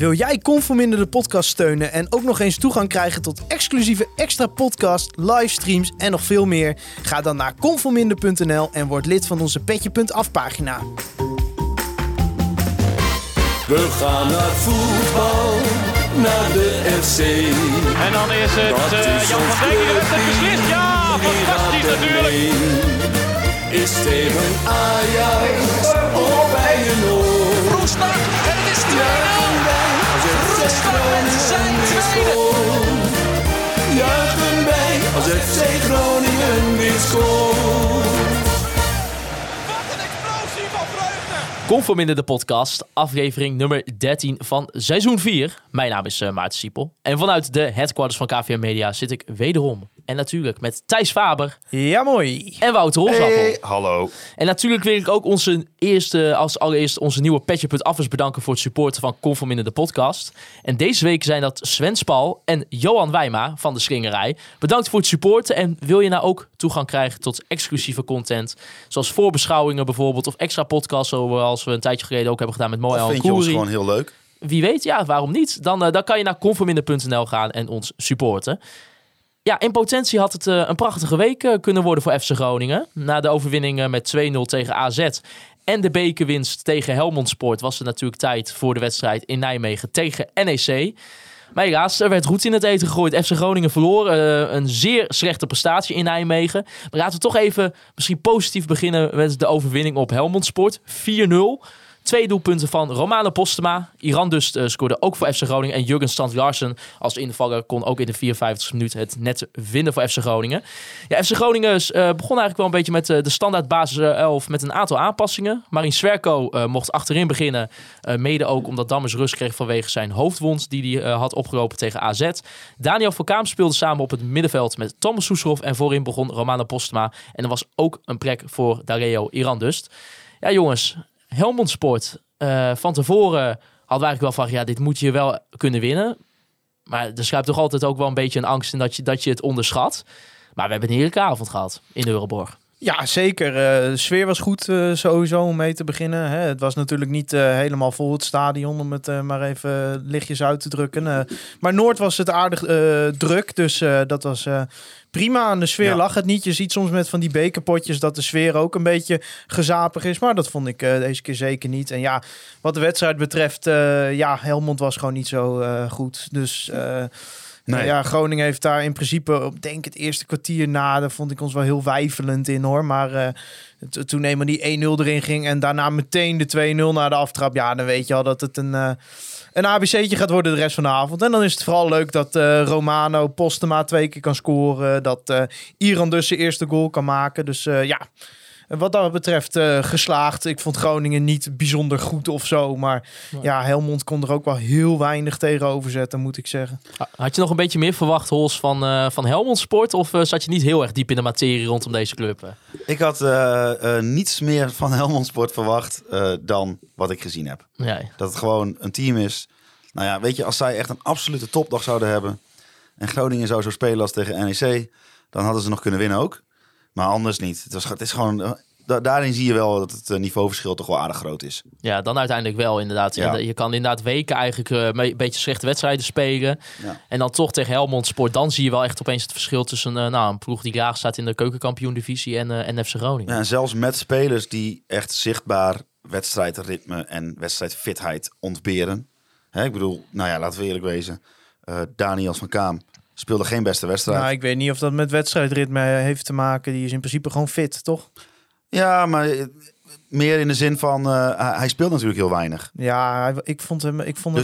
Wil jij Conforminder de podcast steunen en ook nog eens toegang krijgen tot exclusieve extra podcast, livestreams en nog veel meer? Ga dan naar conforminder.nl en word lid van onze Petje.af pagina. We gaan naar voetbal, naar de FC. En dan is het Jan van Dijk die de wedstrijd beslist. Ja, fantastisch natuurlijk. Is tegen Ajax of bij een oor. Roestak en het is 2-0. Roestak met zijn tweede. Juichen wij als FC Groningen weer scoort. Wat een explosie van vreugde. Conforminder de podcast, aflevering nummer 13 van seizoen 4. Mijn naam is Maarten Siepel. En vanuit de headquarters van KVM Media zit ik wederom. En natuurlijk met Thijs Faber. Ja, mooi. En Wouter Holzappel. Hey, hallo. En natuurlijk wil ik ook als allereerst onze nieuwe Petje.affers bedanken voor het supporten van Conforminder de podcast. En deze week zijn dat Sven Spal en Johan Wijma van de Slingerij. Bedankt voor het supporten. En wil je nou ook toegang krijgen tot exclusieve content, zoals voorbeschouwingen bijvoorbeeld, of extra podcasts zoals we een tijdje geleden ook hebben gedaan met Mooi Al Vind je ons gewoon heel leuk? Wie weet, ja, waarom niet? Dan kan je naar conforminder.nl gaan en ons supporten. Ja, in potentie had het een prachtige week kunnen worden voor FC Groningen. Na de overwinning met 2-0 tegen AZ en de bekerwinst tegen Helmond Sport was het natuurlijk tijd voor de wedstrijd in Nijmegen tegen NEC. Maar helaas, er werd roet in het eten gegooid. FC Groningen verloor een zeer slechte prestatie in Nijmegen. Maar laten we toch even misschien positief beginnen met de overwinning op Helmond Sport. 4-0. 2 doelpunten van Romano Postema. Iran dus scoorde ook voor FC Groningen. En Jurgen Strand Larsen als invaller kon ook in de 54e minuut het net vinden voor FC Groningen. Ja, FC Groningen begon eigenlijk wel een beetje met de standaard basis 11 met een aantal aanpassingen. Marin Swerko mocht achterin beginnen. Mede ook omdat Dammers rust kreeg vanwege zijn hoofdwond die hij had opgelopen tegen AZ. Daniel van Kaam speelde samen op het middenveld met Thomas Soeslof. En voorin begon Romano Postema. En er was ook een plek voor Dareo Irandust. Ja, jongens, Helmond Sport. Van tevoren hadden we eigenlijk wel van, ja, dit moet je wel kunnen winnen. Maar er schuipt toch altijd ook wel een beetje een angst in dat je het onderschat. Maar we hebben een heerlijke avond gehad in de Euroborg. Ja, zeker. De sfeer was goed sowieso om mee te beginnen. Hè. Het was natuurlijk niet helemaal vol het stadion, om het maar even lichtjes uit te drukken. Maar Noord was het aardig druk, dus dat was prima. Aan de sfeer lag het niet. Je ziet soms met van die bekerpotjes dat de sfeer ook een beetje gezapig is. Maar dat vond ik deze keer zeker niet. En ja, wat de wedstrijd betreft, Helmond was gewoon niet zo goed. Dus Nee. ja, Groningen heeft daar in principe, denk het eerste kwartier na, daar vond ik ons wel heel weifelend in hoor. Maar toen eenmaal die 1-0 erin ging en daarna meteen de 2-0 na de aftrap, ja, dan weet je al dat het een ABC'tje gaat worden de rest van de avond. En dan is het vooral leuk dat Romano Postema 2 keer kan scoren, dat Iran dus zijn eerste goal kan maken. Dus wat dat betreft geslaagd. Ik vond Groningen niet bijzonder goed of zo. Maar ja, Helmond kon er ook wel heel weinig tegenover zetten, moet ik zeggen. Had je nog een beetje meer verwacht, Hols, van Helmond Sport? Of zat je niet heel erg diep in de materie rondom deze club? Ik had niets meer van Helmond Sport verwacht dan wat ik gezien heb. Ja. Dat het gewoon een team is. Nou ja, weet je, als zij echt een absolute topdag zouden hebben en Groningen zou zo spelen als tegen NEC, dan hadden ze nog kunnen winnen ook. Maar anders niet. Het is gewoon, daarin zie je wel dat het niveauverschil toch wel aardig groot is. Ja, dan uiteindelijk wel inderdaad. Ja. Je kan inderdaad weken eigenlijk een beetje slechte wedstrijden spelen. Ja. En dan toch tegen Helmond Sport. Dan zie je wel echt opeens het verschil tussen een ploeg die graag staat in de keukenkampioen-divisie en FC Groningen. Ja, en zelfs met spelers die echt zichtbaar wedstrijdritme en wedstrijdfitheid ontberen. Hè, ik bedoel, nou ja, laten we eerlijk wezen. Daniel van Kaam speelde geen beste wedstrijd. Nou, ik weet niet of dat met wedstrijdritme heeft te maken. Die is in principe gewoon fit, toch? Ja, maar meer in de zin van hij speelt natuurlijk heel weinig. Ja, ik vond hem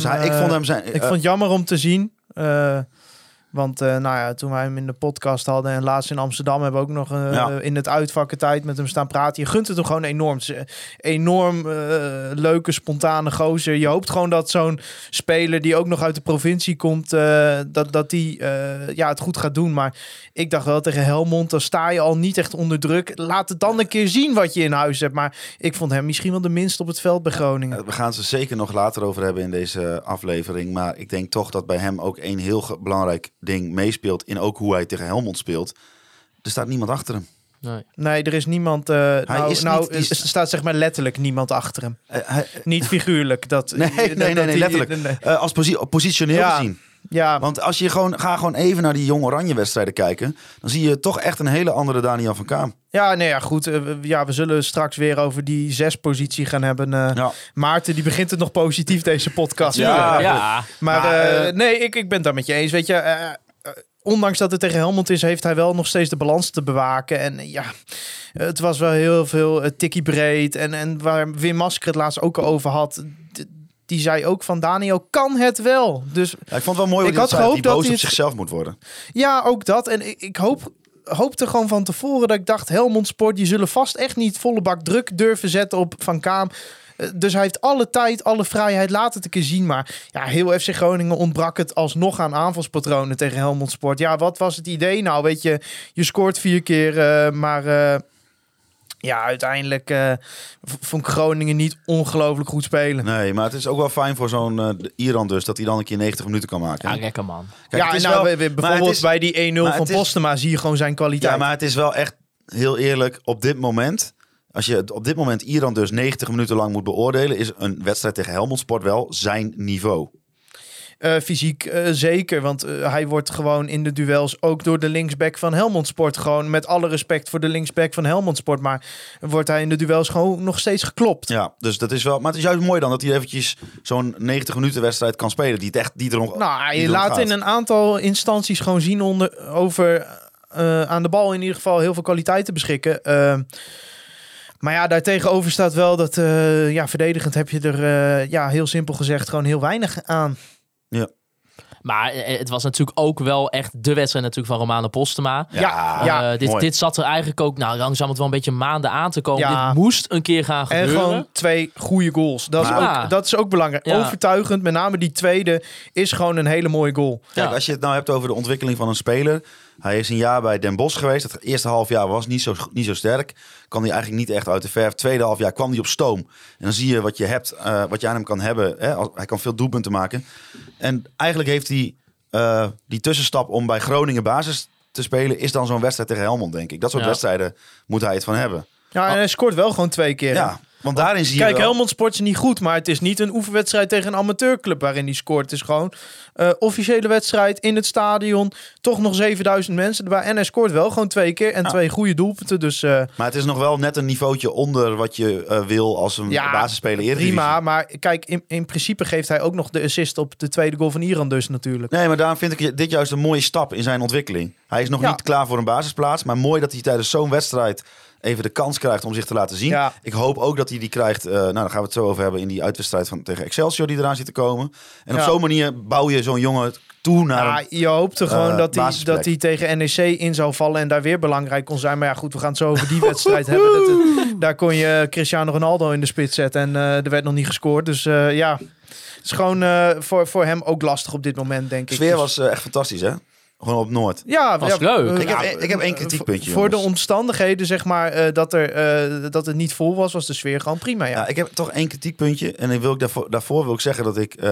Ik jammer om te zien. Want toen wij hem in de podcast hadden en laatst in Amsterdam hebben we ook nog in het uitvakken tijd met hem staan praten. Je gunt het hem gewoon enorm. Het is een enorm leuke, spontane gozer. Je hoopt gewoon dat zo'n speler die ook nog uit de provincie komt, dat die het goed gaat doen. Maar ik dacht wel tegen Helmond, dan sta je al niet echt onder druk. Laat het dan een keer zien wat je in huis hebt. Maar ik vond hem misschien wel de minst op het veld bij Groningen. We gaan het er zeker nog later over hebben in deze aflevering. Maar ik denk toch dat bij hem ook een heel belangrijk ding meespeelt in ook hoe hij tegen Helmond speelt. Er staat niemand achter hem. Nee, er is niemand... er staat zeg maar letterlijk niemand achter hem. Niet figuurlijk. Nee, letterlijk. Als positioneel gezien. Ja. Want als je ga gewoon even naar die Jong Oranje wedstrijden kijken, dan zie je toch echt een hele andere Daniel van Kaam. Ja, nee, ja, goed. We zullen straks weer over die 6-positie gaan hebben. Maarten, die begint het nog positief, deze podcast. Ja. Maar ik ben het daar met je eens. Weet je, ondanks dat het tegen Helmond is, heeft hij wel nog steeds de balans te bewaken. En het was wel heel veel tikkie breed. En waar Wim Masker het laatst ook over had, die zei ook van Daniel kan het wel. Dus ik vond het wel mooi dat hij boos op zichzelf moet worden. Ja, ook dat. En ik hoopte gewoon van tevoren dat ik dacht, Helmond Sport, die zullen vast echt niet volle bak druk durven zetten op Van Kaam. Dus hij heeft alle tijd, alle vrijheid, laat het een keer zien. Maar ja, heel FC Groningen ontbrak het alsnog aan aanvalspatronen tegen Helmond Sport. Ja, wat was het idee? Nou, weet je scoort 4 keer, maar uiteindelijk vond ik Groningen niet ongelooflijk goed spelen. Nee, maar het is ook wel fijn voor zo'n Iran dus, dat hij dan een keer 90 minuten kan maken. Ja, lekker man. Kijk, bijvoorbeeld bij die 1-0 van Postema zie je gewoon zijn kwaliteit. Ja, maar het is wel echt heel eerlijk, op dit moment, als je op dit moment Iran dus 90 minuten lang moet beoordelen, is een wedstrijd tegen Helmond Sport wel zijn niveau. Fysiek zeker, want hij wordt gewoon in de duels ook door de linksback van Helmond Sport gewoon, met alle respect voor de linksback van Helmond Sport, maar wordt hij in de duels gewoon nog steeds geklopt. Ja, dus dat is wel, maar het is juist mooi dan dat hij eventjes zo'n 90 minuten wedstrijd kan spelen die er nog. Nou, hij laat in een aantal instanties gewoon zien aan de bal in ieder geval heel veel kwaliteiten beschikken. Maar ja, daartegenover staat wel dat verdedigend heb je er heel simpel gezegd gewoon heel weinig aan. Ja. Maar het was natuurlijk ook wel echt de wedstrijd natuurlijk van Romano Postema. Dit zat er eigenlijk ook langzaam het wel een beetje maanden aan te komen. Ja. Dit moest een keer gaan gebeuren. En gewoon 2 goede goals. Dat is ook belangrijk. Ja. Overtuigend, met name die tweede, is gewoon een hele mooie goal. Kijk, als je het nou hebt over de ontwikkeling van een speler. Hij is een jaar bij Den Bosch geweest. Het eerste halfjaar was niet zo sterk. Kwam hij eigenlijk niet echt uit de verf. Tweede halfjaar kwam hij op stoom. En dan zie je wat je hebt, wat je aan hem kan hebben. Hij kan veel doelpunten maken. En eigenlijk heeft hij die tussenstap om bij Groningen basis te spelen, is dan zo'n wedstrijd tegen Helmond, denk ik. Dat soort wedstrijden moet hij het van hebben. Ja, en hij scoort wel gewoon 2 keer. Ja. Want daarin zie je Kijk, Helmond Sport is niet goed, maar het is niet een oefenwedstrijd tegen een amateurclub waarin hij scoort. Het is gewoon officiële wedstrijd in het stadion. Toch nog 7000 mensen erbij. En hij scoort wel gewoon 2 keer en 2 goede doelpunten. Dus, maar het is nog wel net een niveautje onder wat je wil als een basisspeler Eredivisie. Prima, maar kijk, in principe geeft hij ook nog de assist op de tweede goal van Iran dus natuurlijk. Nee, maar daarom vind ik dit juist een mooie stap in zijn ontwikkeling. Hij is nog niet klaar voor een basisplaats, maar mooi dat hij tijdens zo'n wedstrijd even de kans krijgt om zich te laten zien. Ja. Ik hoop ook dat hij die krijgt, daar gaan we het zo over hebben, in die uitwedstrijd tegen Excelsior die eraan zit te komen. En op zo'n manier bouw je zo'n jongen toe naar je hoopte gewoon dat hij tegen NEC in zou vallen en daar weer belangrijk kon zijn. Maar ja, goed, we gaan het zo over die wedstrijd hebben. Daar kon je Cristiano Ronaldo in de spits zetten en er werd nog niet gescoord. Dus het is gewoon voor hem ook lastig op dit moment, denk ik. De sfeer was echt fantastisch, hè? Gewoon op Noord. Ja, was leuk. Ik heb 1 kritiekpuntje. Voor de omstandigheden, zeg maar, dat het niet vol was de sfeer gewoon prima. Ja, ik heb toch 1 kritiekpuntje. En daarvoor wil ik zeggen dat ik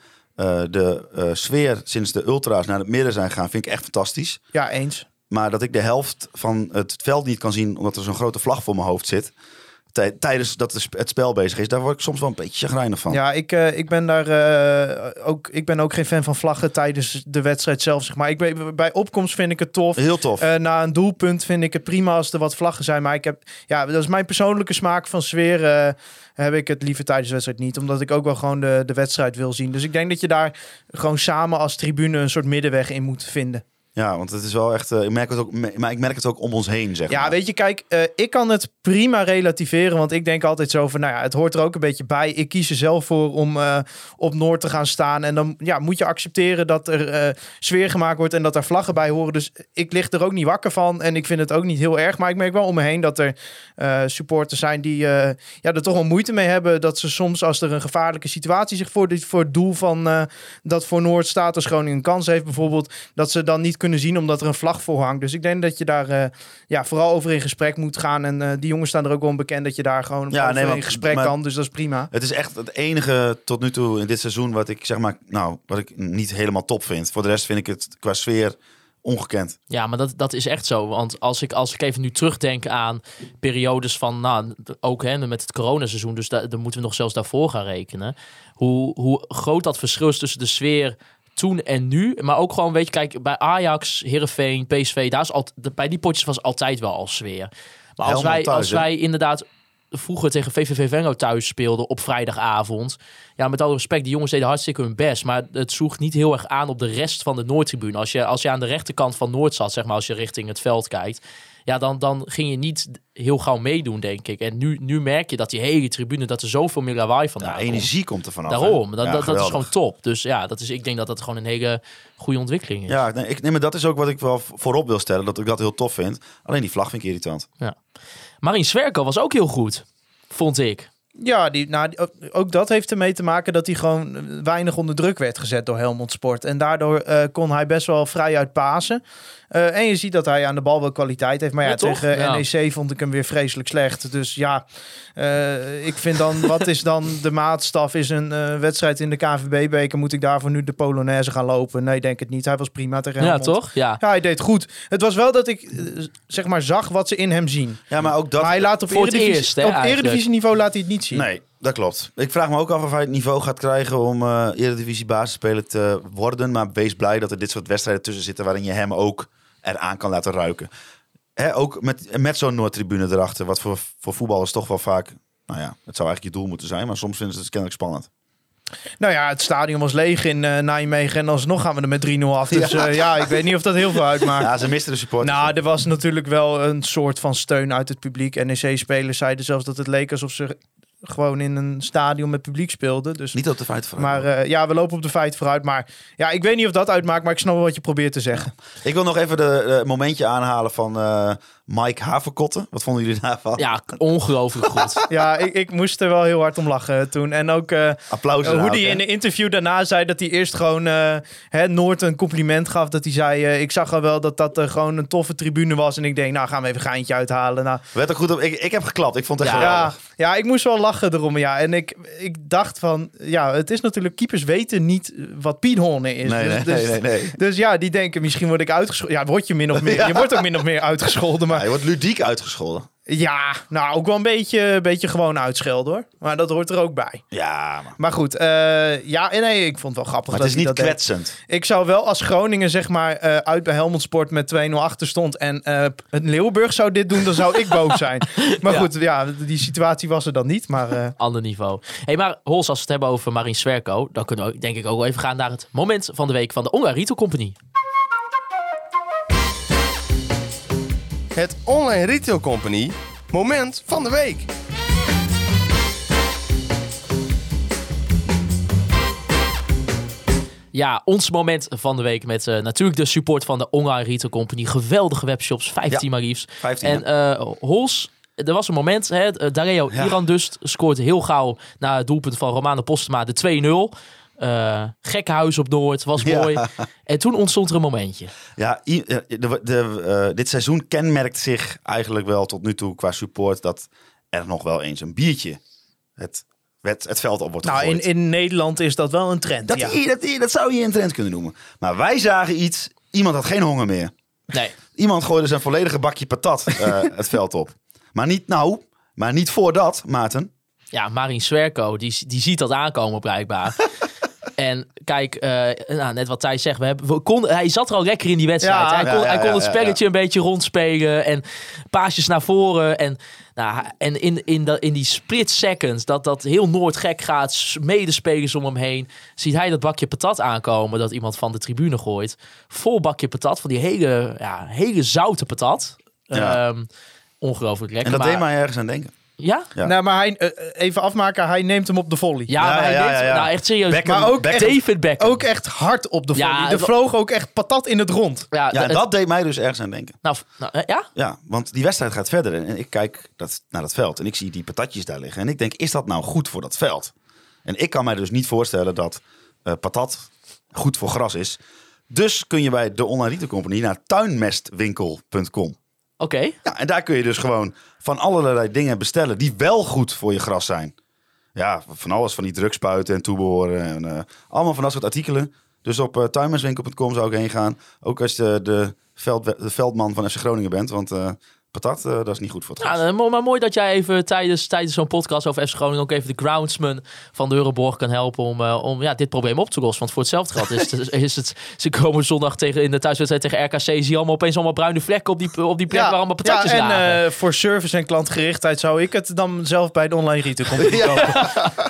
de sfeer sinds de ultra's naar het midden zijn gegaan, vind ik echt fantastisch. Ja, eens. Maar dat ik de helft van het veld niet kan zien, omdat er zo'n grote vlag voor mijn hoofd zit, tijdens dat het spel bezig is, daar word ik soms wel een beetje chagrijnig van. Ja, ik ben daar ik ben ook geen fan van vlaggen tijdens de wedstrijd zelf, zeg maar. Bij opkomst vind ik het tof. Heel tof. Na een doelpunt vind ik het prima als er wat vlaggen zijn, maar dat is mijn persoonlijke smaak van sfeer. Heb ik het liever tijdens de wedstrijd niet, omdat ik ook wel gewoon de wedstrijd wil zien. Dus ik denk dat je daar gewoon samen als tribune een soort middenweg in moet vinden. Ja, want het is wel echt. Ik merk het ook om ons heen, zeg maar. Ja, weet je, kijk, ik kan het prima relativeren, want ik denk altijd zo van, het hoort er ook een beetje bij. Ik kies er zelf voor om op Noord te gaan staan. En dan moet je accepteren dat er sfeer gemaakt wordt en dat er vlaggen bij horen. Dus ik lig er ook niet wakker van en ik vind het ook niet heel erg. Maar ik merk wel om me heen dat er supporters zijn die er toch wel moeite mee hebben. Dat ze soms, als er een gevaarlijke situatie zich voor het doel van dat voor Noord staat, als Groningen een kans heeft bijvoorbeeld, dat ze dan niet kunnen zien omdat er een vlag voor hangt. Dus ik denk dat je daar vooral over in gesprek moet gaan. En die jongens staan er ook wel bekend dat je daar gewoon in gesprek kan. Dus dat is prima. Het is echt het enige tot nu toe in dit seizoen wat ik wat ik niet helemaal top vind. Voor de rest vind ik het qua sfeer ongekend. Ja, maar dat is echt zo. Want als ik even nu terugdenk aan periodes van, ook met het coronaseizoen, dus dan moeten we nog zelfs daarvoor gaan rekenen. Hoe groot dat verschil is tussen de sfeer toen en nu. Maar ook gewoon, weet je, kijk, bij Ajax, Heerenveen, PSV, bij die potjes was altijd wel al sfeer. Maar als wij inderdaad vroeger tegen VVV Venlo thuis speelden op vrijdagavond. Ja, met alle respect, die jongens deden hartstikke hun best. Maar het sloeg niet heel erg aan op de rest van de Noordtribune. Als je aan de rechterkant van Noord zat, zeg maar, als je richting het veld kijkt. Ja, dan ging je niet heel gauw meedoen, denk ik. En nu merk je dat die hele tribune, dat er zoveel meer lawaai vandaan komt. Energie komt er vanaf. Daarom, dat is gewoon top. Dus ja, ik denk dat dat gewoon een hele goede ontwikkeling is. Ja, maar dat is ook wat ik wel voorop wil stellen. Dat ik dat heel tof vind. Alleen die vlag vind ik irritant. Ja. Marien Swerko was ook heel goed, vond ik. Ja, ook dat heeft ermee te maken dat hij gewoon weinig onder druk werd gezet door Helmond Sport. En daardoor kon hij best wel vrij uit pasen. En je ziet dat hij aan de bal wel kwaliteit heeft. Maar tegen NEC vond ik hem weer vreselijk slecht. Dus ja, ik vind dan, wat is dan de maatstaf? Is een wedstrijd in de KNVB-beker? Moet ik daarvoor nu de Polonaise gaan lopen? Nee, denk het niet. Hij was prima tegen Helmond. Ja, toch? Ja, hij deed goed. Het was wel dat ik zeg maar zag wat ze in hem zien. Ja, maar ook dat... Maar hij laat op eredivisieniveau laat hij het niet zien. Nee, dat klopt. Ik vraag me ook af of hij het niveau gaat krijgen om Eredivisie basisspeler te worden. Maar wees blij dat er dit soort wedstrijden tussen zitten waarin je hem ook eraan kan laten ruiken. Ook met zo'n Noordtribune erachter, wat voor voetballers toch wel vaak... Nou ja, het zou eigenlijk je doel moeten zijn, maar soms vinden ze het kennelijk spannend. Nou ja, het stadion was leeg in Nijmegen en alsnog gaan we er met 3-0 af. Dus ik weet niet of dat heel veel uitmaakt. Ja, ze misten de supporters. Nou, er was natuurlijk wel een soort van steun uit het publiek. NEC-spelers zeiden zelfs dat het leek alsof ze gewoon in een stadion met publiek speelden. Dus, niet op de feiten vooruit. Maar we lopen op de feiten vooruit. Maar ja, ik weet niet of dat uitmaakt, maar ik snap wel wat je probeert te zeggen. Ja. Ik wil nog even de momentje aanhalen van Mike Haverkotten. Wat vonden jullie daarvan? Ja, ongelooflijk goed. Ja, ik moest er wel heel hard om lachen toen. En ook applaus hoe hij in een interview daarna zei dat hij eerst gewoon Noord een compliment gaf. Dat hij zei, ik zag al wel dat gewoon een toffe tribune was. En ik denk, nou gaan we even een geintje uithalen. Nou, werd er goed op. Ik heb geklapt. Ik vond het echt geweldig. Ja, ik moest wel lachen erom. Ja. En ik dacht van, ja, het is natuurlijk, keepers weten niet wat piedhonnen is. Nee. Dus ja, die denken, misschien word ik uitgescholden. Ja, word je min of meer. Ja. Je wordt ook min of meer uitgescholden. Maar je wordt ludiek uitgescholden. Ja, nou ook wel een beetje gewoon uitschelden hoor. Maar dat hoort er ook bij. Ja. Maar goed, ik vond het wel grappig. Maar het is niet kwetsend. Ik zou wel als Groningen zeg maar uit bij Helmond Sport met 2-0 achter stond en het Leeuwenburg zou dit doen, dan zou ik boos zijn. Maar goed, die situatie was er dan niet. Maar ander niveau. Hey, maar Hols, als we het hebben over Marien Swerko, dan kunnen we denk ik ook wel even gaan naar het moment van de week van de Online Retail Company. Het Online Retail Company moment van de week. Ja, ons moment van de week met natuurlijk de support van de Online Retail Company. Geweldige webshops, 15 maar liefst. 15, en Hols, er was een moment, Dareo Iran dus scoort heel gauw na het doelpunt van Romano Postema de 2-0. Gekkenhuis op Noord, was mooi. En toen ontstond er een momentje. Ja, dit seizoen kenmerkt zich eigenlijk wel tot nu toe qua support dat er nog wel eens een biertje het veld op wordt gegooid. Nou, in Nederland is dat wel een trend. Dat zou je een trend kunnen noemen. Maar wij zagen iets, iemand had geen honger meer. Nee. Iemand gooide zijn volledige bakje patat het veld op. Maar niet voordat, Maarten. Ja, Marien Swerko, die ziet dat aankomen blijkbaar. En kijk, net wat Thijs zegt, hij zat er al lekker in die wedstrijd. Hij kon het spelletje een beetje rondspelen en paasjes naar voren. En in die split seconds dat heel Noord gek gaat, medespelers om hem heen, ziet hij dat bakje patat aankomen dat iemand van de tribune gooit. Vol bakje patat, van die hele zoute patat. Ja. Ongelooflijk lekker. En dat deed mij ergens aan denken. Ja? Nou, maar even afmaken, hij neemt hem op de volley. Nou echt serieus. Beckham, maar ook David Beckham. Ook echt hard op de volley. Ja, er vloog ook echt patat in het rond. En dat deed mij dus ergens aan denken. Ja? Ja, want die wedstrijd gaat verder. En ik kijk naar dat veld en ik zie die patatjes daar liggen. En ik denk, is dat nou goed voor dat veld? En ik kan mij dus niet voorstellen dat patat goed voor gras is. Dus kun je bij de Online Retail Company naar tuinmestwinkel.com. Oké. Ja, en daar kun je dus gewoon van allerlei dingen bestellen die wel goed voor je gras zijn. Ja, van alles, van die drugspuiten en toebehoren en allemaal van dat soort artikelen. Dus op tuinmanswinkel.com zou ik heen gaan. Ook als je de veldman van FC Groningen bent. Want patat, dat is niet goed voor het gras. Ja, maar mooi dat jij even tijdens zo'n podcast over FC Groningen ook even de groundsman van de Euroborg kan helpen om dit probleem op te lossen. Want voor hetzelfde geld is het ze komen zondag in de thuiswedstrijd tegen RKC, zie je opeens allemaal bruine vlekken op die plek waar allemaal patatjes lagen. En voor service en klantgerichtheid zou ik het dan zelf bij de online retail kopen.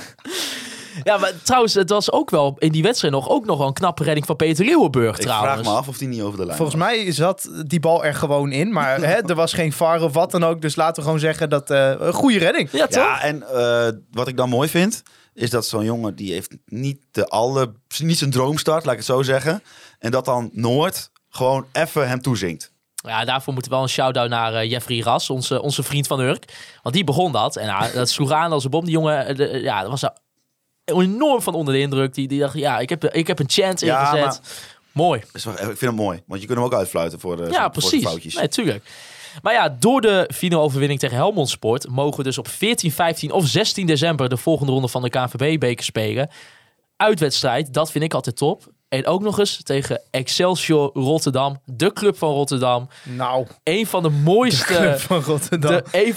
Ja, maar trouwens, het was ook wel in die wedstrijd ook nog wel een knappe redding van Peter Leeuwenburg trouwens. Ik vraag me af of die niet over de lijn Volgens mij zat die bal er gewoon in. Maar er was geen VAR of wat dan ook. Dus laten we gewoon zeggen dat een goede redding. Ja, toch? Ja, en wat ik dan mooi vind, is dat zo'n jongen die heeft niet zijn droomstart, laat ik het zo zeggen. En dat dan Noord gewoon even hem toezingt. Ja, daarvoor moeten we wel een shout-out naar Jeffrey Ras, onze vriend van Urk. Want die begon dat. En dat sloeg aan als een bom. Die jongen, dat was enorm van onder de indruk. Die dacht, ik heb een chance ingezet. Maar, mooi. Ik vind hem mooi, want je kunt hem ook uitfluiten voor de foutjes. Nee, tuurlijk. Maar ja, door de finale overwinning tegen Helmond Sport mogen we dus op 14, 15 of 16 december de volgende ronde van de KNVB-beker spelen. Uitwedstrijd, dat vind ik altijd top. En ook nog eens tegen Excelsior Rotterdam, de club van Rotterdam. Nou, een van de mooiste. De club van Rotterdam.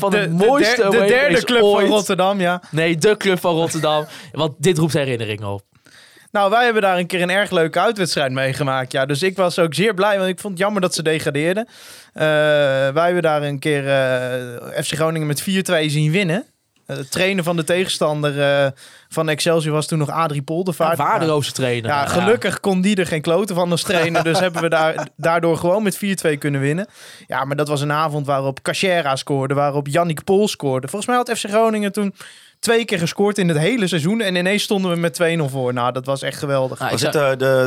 De derde club ooit. van Rotterdam, ja. Nee, de club van Rotterdam. Want dit roept herinneringen op. Nou, wij hebben daar een keer een erg leuke uitwedstrijd meegemaakt. Ja, dus ik was ook zeer blij, want ik vond het jammer dat ze degradeerden. Wij hebben daar een keer FC Groningen met 4-2 zien winnen. De trainer van de tegenstander van Excelsior was toen nog Adrie Poldervaart. Waardeloze trainer. Ja, gelukkig kon die er geen kloten van als trainer. Dus hebben we daardoor gewoon met 4-2 kunnen winnen. Ja, maar dat was een avond waarop Cachera scoorde, waarop Yannick Pol scoorde. Volgens mij had FC Groningen toen 2 keer gescoord in het hele seizoen. En ineens stonden we met 2-0 voor. Nou, dat was echt geweldig. Was het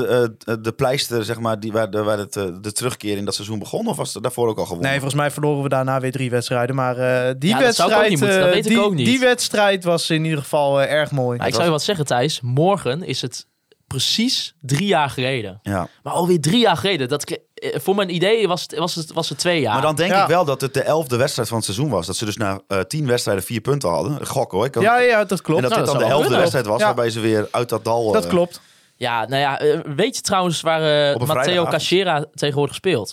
de pleister, zeg maar, waar de terugkeer in dat seizoen begon? Of was het daarvoor ook al gewonnen? Nee, volgens mij verloren we daarna weer 3 wedstrijden. Maar die dat zou ik ook niet moeten. Dat weet ik ook niet. Die wedstrijd was in ieder geval erg mooi. Nou, ik zou je wat zeggen, Thijs. Morgen is het precies 3 jaar geleden. Ja. Maar alweer 3 jaar geleden. Voor mijn idee was het 2 jaar. Maar dan denk ik wel dat het de 11e wedstrijd van het seizoen was. Dat ze dus na 10 wedstrijden 4 punten hadden. Gok hoor. Ja, dat klopt. En dat dit dan de 11e wedstrijd was waarbij ze weer uit dat dal... Dat klopt. Ja, nou ja, weet je trouwens waar Matteo Cachera tegenwoordig speelt?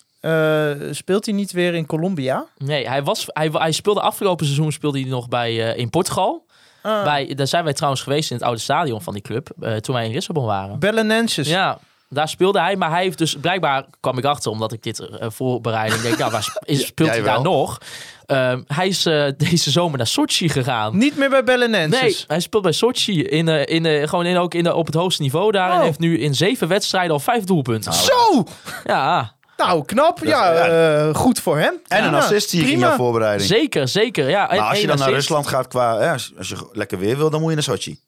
Speelt hij niet weer in Colombia? Nee, hij speelde afgelopen seizoen nog in Portugal. Daar zijn wij trouwens geweest in het oude stadion van die club. Toen wij in Lissabon waren. Belenenses. Ja, daar speelde hij. Maar hij heeft dus, blijkbaar kwam ik achter, omdat ik dit voorbereidde. Ik denk, waar speelt hij daar nog? Hij is deze zomer naar Sochi gegaan. Niet meer bij Belenenses? Nee, hij speelt bij Sochi. Op het hoogste niveau daar. En heeft nu in 7 wedstrijden al 5 doelpunten. Zo! Ja. Nou, knap. Goed voor hem. En een assist zie ik in jouw voorbereiding. Zeker. Ja. Maar als je dan naar Rusland gaat als je lekker weer wil, dan moet je naar Sochi.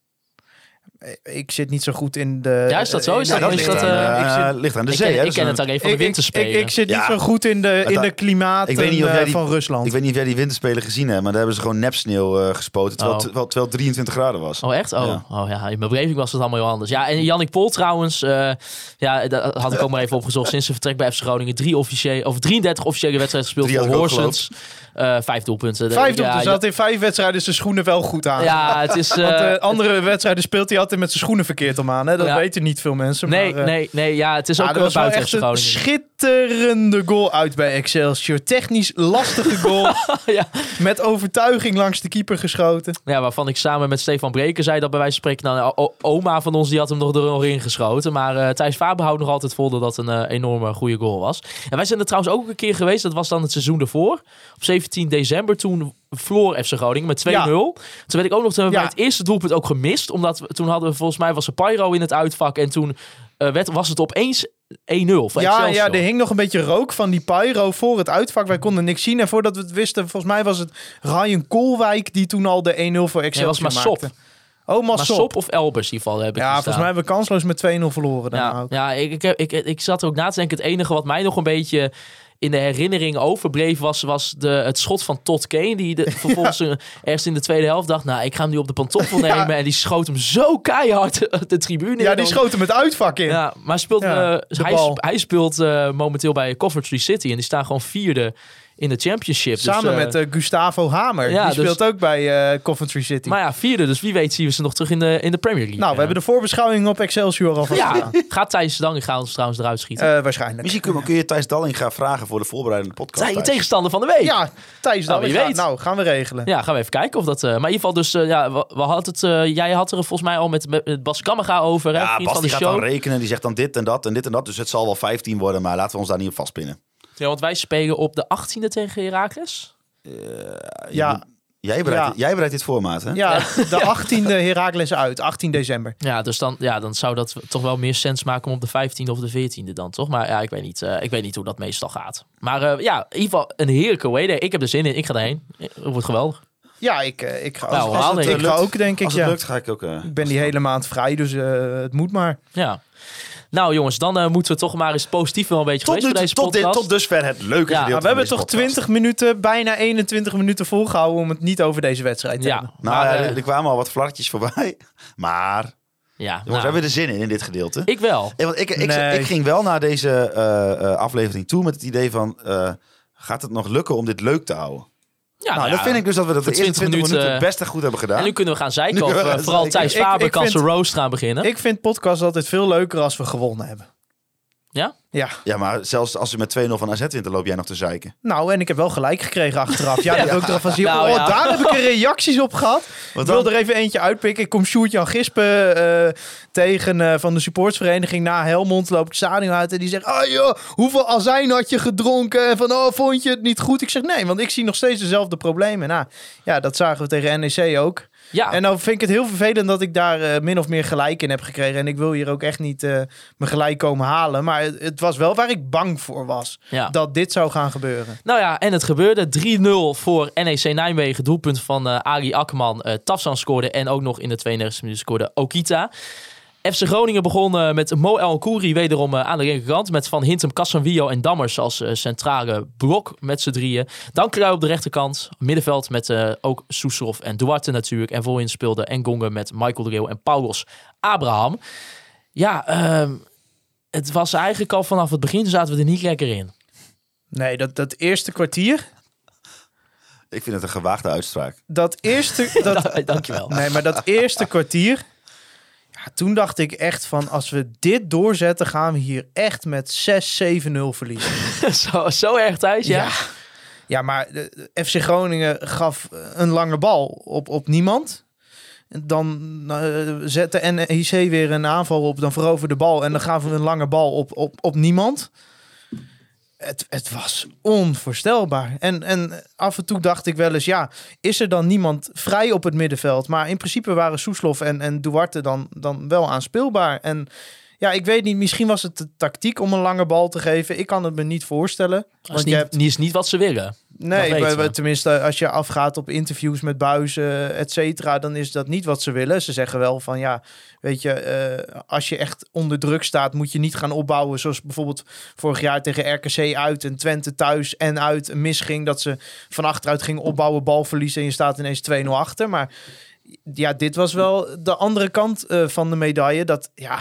Ik zit niet zo goed in de... Ja, is dat zo? ligt aan de zee. Ik ken het alleen van de winterspelen. Ik zit niet zo goed in de klimaat van Rusland. Ik weet niet of jij die winterspelen gezien hebt, maar daar hebben ze gewoon nepsneeuw gespoten, terwijl het 23 graden was. Oh, echt? Ja. In mijn beleving was het allemaal heel anders. Ja, en Yannick Pol trouwens, dat had ik ook maar even opgezocht. Sinds zijn vertrek bij FC Groningen 33 officiële wedstrijden gespeeld voor Horsens. 5 doelpunten. 5 doelpunten. Ze had in 5 wedstrijden zijn schoenen wel goed aan. Ja, het is... Want andere wedstrijden speelt hij altijd met zijn schoenen verkeerd om aan. Hè? Dat weten niet veel mensen. Nee. Ja, het is ook dat was wel buiten echt Groningen. een schitterende goal uit bij Excelsior. Technisch lastige goal. Ja. Met overtuiging langs de keeper geschoten. Ja, waarvan ik samen met Stefan Breken zei dat bij wijze van spreken... Nou, oma van ons die had hem nog er nog in geschoten. Maar Thijs Faber houdt nog altijd vol dat het een enorme goede goal was. En wij zijn er trouwens ook een keer geweest. Dat was dan het seizoen ervoor. Op 17 december toen verloor FC Groningen met 2-0. Ja. Toen weet ik ook nog, bij het eerste doelpunt ook gemist. Omdat toen hadden we volgens mij was er Pyro in het uitvak. En toen was het opeens 1-0. Ja, er hing nog een beetje rook van die Pyro voor het uitvak. Wij konden niks zien. En voordat we het wisten, volgens mij was het Ryan Koolwijk die toen al de 1-0 voor Excelsior maakte. Oh, Massop of Elbers in ieder geval heb ik volgens mij hebben we kansloos met 2-0 verloren. Ik zat er ook na te denken. Het enige wat mij nog een beetje in de herinnering overbleef was het schot van Todd Kane. Die vervolgens ergens in de tweede helft dacht... Nou, ik ga hem nu op de pantoffel nemen. En die schoot hem zo keihard de tribune in. Ja, die schoot hem het uitvak in. Ja, maar hij speelt momenteel bij Coventry City. En die staan gewoon 4e in de Championship. Samen dus, met Gustavo Hamer. ja, Die speelt ook bij Coventry City. Maar ja, 4e. Dus wie weet zien we ze nog terug in de Premier League. Nou, we hebben de voorbeschouwing op Excelsior al Ja, gedaan. gaat Thijs Dallinga ons trouwens eruit schieten? Waarschijnlijk. Misschien kun je Thijs Dallinga vragen voor de voorbereidende podcast. Zijn Thijs. tegenstander van de week. Ja, Thijs Nou, wie Dallinga. weet. Nou, gaan we regelen. Ja, gaan we even kijken of dat... maar in ieder geval dus... we hadden het... jij had er volgens mij al met Bas Kammerga over. Hè, Ja, vriend Bas van de die gaat show. dan rekenen. Die zegt dan dit en dat en dit en dat. Dus het zal wel 15 worden, maar laten we ons daar niet op vastpinnen. Ja, want wij spelen op de 18e tegen Heracles. Ja, Jij bereidt dit formaat, hè? ja, de 18e Heracles uit. 18 december. Ja, dus dan zou dat toch wel meer sens maken om op de 15e of de 14e dan, toch? Maar ja, ik weet niet hoe dat meestal gaat. Maar in ieder geval een heerlijke away day. Ik heb er zin in. Ik ga erheen. Het wordt geweldig. Ja, ik ga, Nou, ik ga ook, denk ik. Als het Ja. lukt, ga ik ook... Ik ben die hele maand vrij, dus het moet maar. Ja. Nou jongens, dan moeten we toch maar eens positief wel een beetje geweest voor deze podcast. Tot dusver het leuke Ja, gedeelte Maar we hebben van toch deze podcast. 20 minuten, bijna 21 minuten volgehouden om het niet over deze wedstrijd te Ja, hebben. Nou, maar, er kwamen al wat flarretjes voorbij. Maar, ja, jongens, nou, hebben we er zin in dit gedeelte? ik wel. Ja, want ik Nee. ging wel naar deze aflevering toe met het idee van... gaat het nog lukken om dit leuk te houden? Ja, Nou, dat vind ik dus dat we dat de voor eerste 20 minuten best en goed hebben gedaan. En nu kunnen we gaan zeiken Nu kunnen over we vooral zeiken. Thijs Ik Faber kan vind- zijn roast gaan beginnen. Ik vind podcast altijd veel leuker als we gewonnen hebben. Ja? Ja. Ja, maar zelfs als je met 2-0 van AZ wint, dan loop jij nog te zeiken. Nou, en ik heb wel gelijk gekregen achteraf. Ja, dat wil ik eraf van zien. Nou, ja. Daar heb ik er reacties op gehad. Wat Ik wil dan? er even eentje uitpikken. Ik kom Sjoerd-Jan Gispen tegen van de supportsvereniging na Helmond. Loop ik het stadion uit en die zegt... Oh joh, hoeveel azijn had je gedronken? En van, vond je het niet goed? Ik zeg nee, want ik zie nog steeds dezelfde problemen. Nou, ja, dat zagen we tegen NEC ook. Ja. En nou vind ik het heel vervelend dat ik daar min of meer gelijk in heb gekregen. En ik wil hier ook echt niet mijn gelijk komen halen. Maar het was wel waar ik bang voor was. Ja. Dat dit zou gaan gebeuren. Nou ja, en het gebeurde. 3-0 voor NEC Nijmegen. Doelpunt van Arie Akkerman. Tafsan scoorde en ook nog in de 32e minuut scoorde Okita. FC Groningen begon met Mo El Kouri wederom aan de linkerkant. Met Van Hintem, Casanvillo en Dammers als centrale blok met z'n drieën. Dan Krui op de rechterkant. Middenveld met ook Soeslof en Duarte natuurlijk. En voorin speelde Engongen met Michael de Leeuw en Paulos Abraham. Ja, het was eigenlijk al vanaf het begin zaten we er niet lekker in. Nee, dat eerste kwartier... Ik vind het een gewaagde uitspraak. Dat eerste... Dankjewel. Nee, maar dat eerste kwartier... Ja, toen dacht ik echt van... Als we dit doorzetten, gaan we hier echt met 6-7-0 verliezen. zo erg thuis, ja? Ja, maar de FC Groningen gaf een lange bal op niemand. En dan zette NEC weer een aanval op. Dan veroverde de bal en dan gaven we een lange bal op niemand. Het was onvoorstelbaar. En af en toe dacht ik wel eens... Ja, is er dan niemand vrij op het middenveld? Maar in principe waren Soeslof en Duarte dan wel aanspeelbaar. En ja, ik weet niet. Misschien was het de tactiek om een lange bal te geven. Ik kan het me niet voorstellen. Dat is niet wat ze willen. Nee, Dat weten we. tenminste, als je afgaat op interviews met Buizen, et cetera, dan is dat niet wat ze willen. Ze zeggen wel van, ja, weet je, als je echt onder druk staat, moet je niet gaan opbouwen. Zoals bijvoorbeeld vorig jaar tegen RKC uit en Twente thuis en uit misging. Dat ze van achteruit gingen opbouwen, bal verliezen en je staat ineens 2-0 achter. Maar ja, dit was wel de andere kant van de medaille. Dat, ja...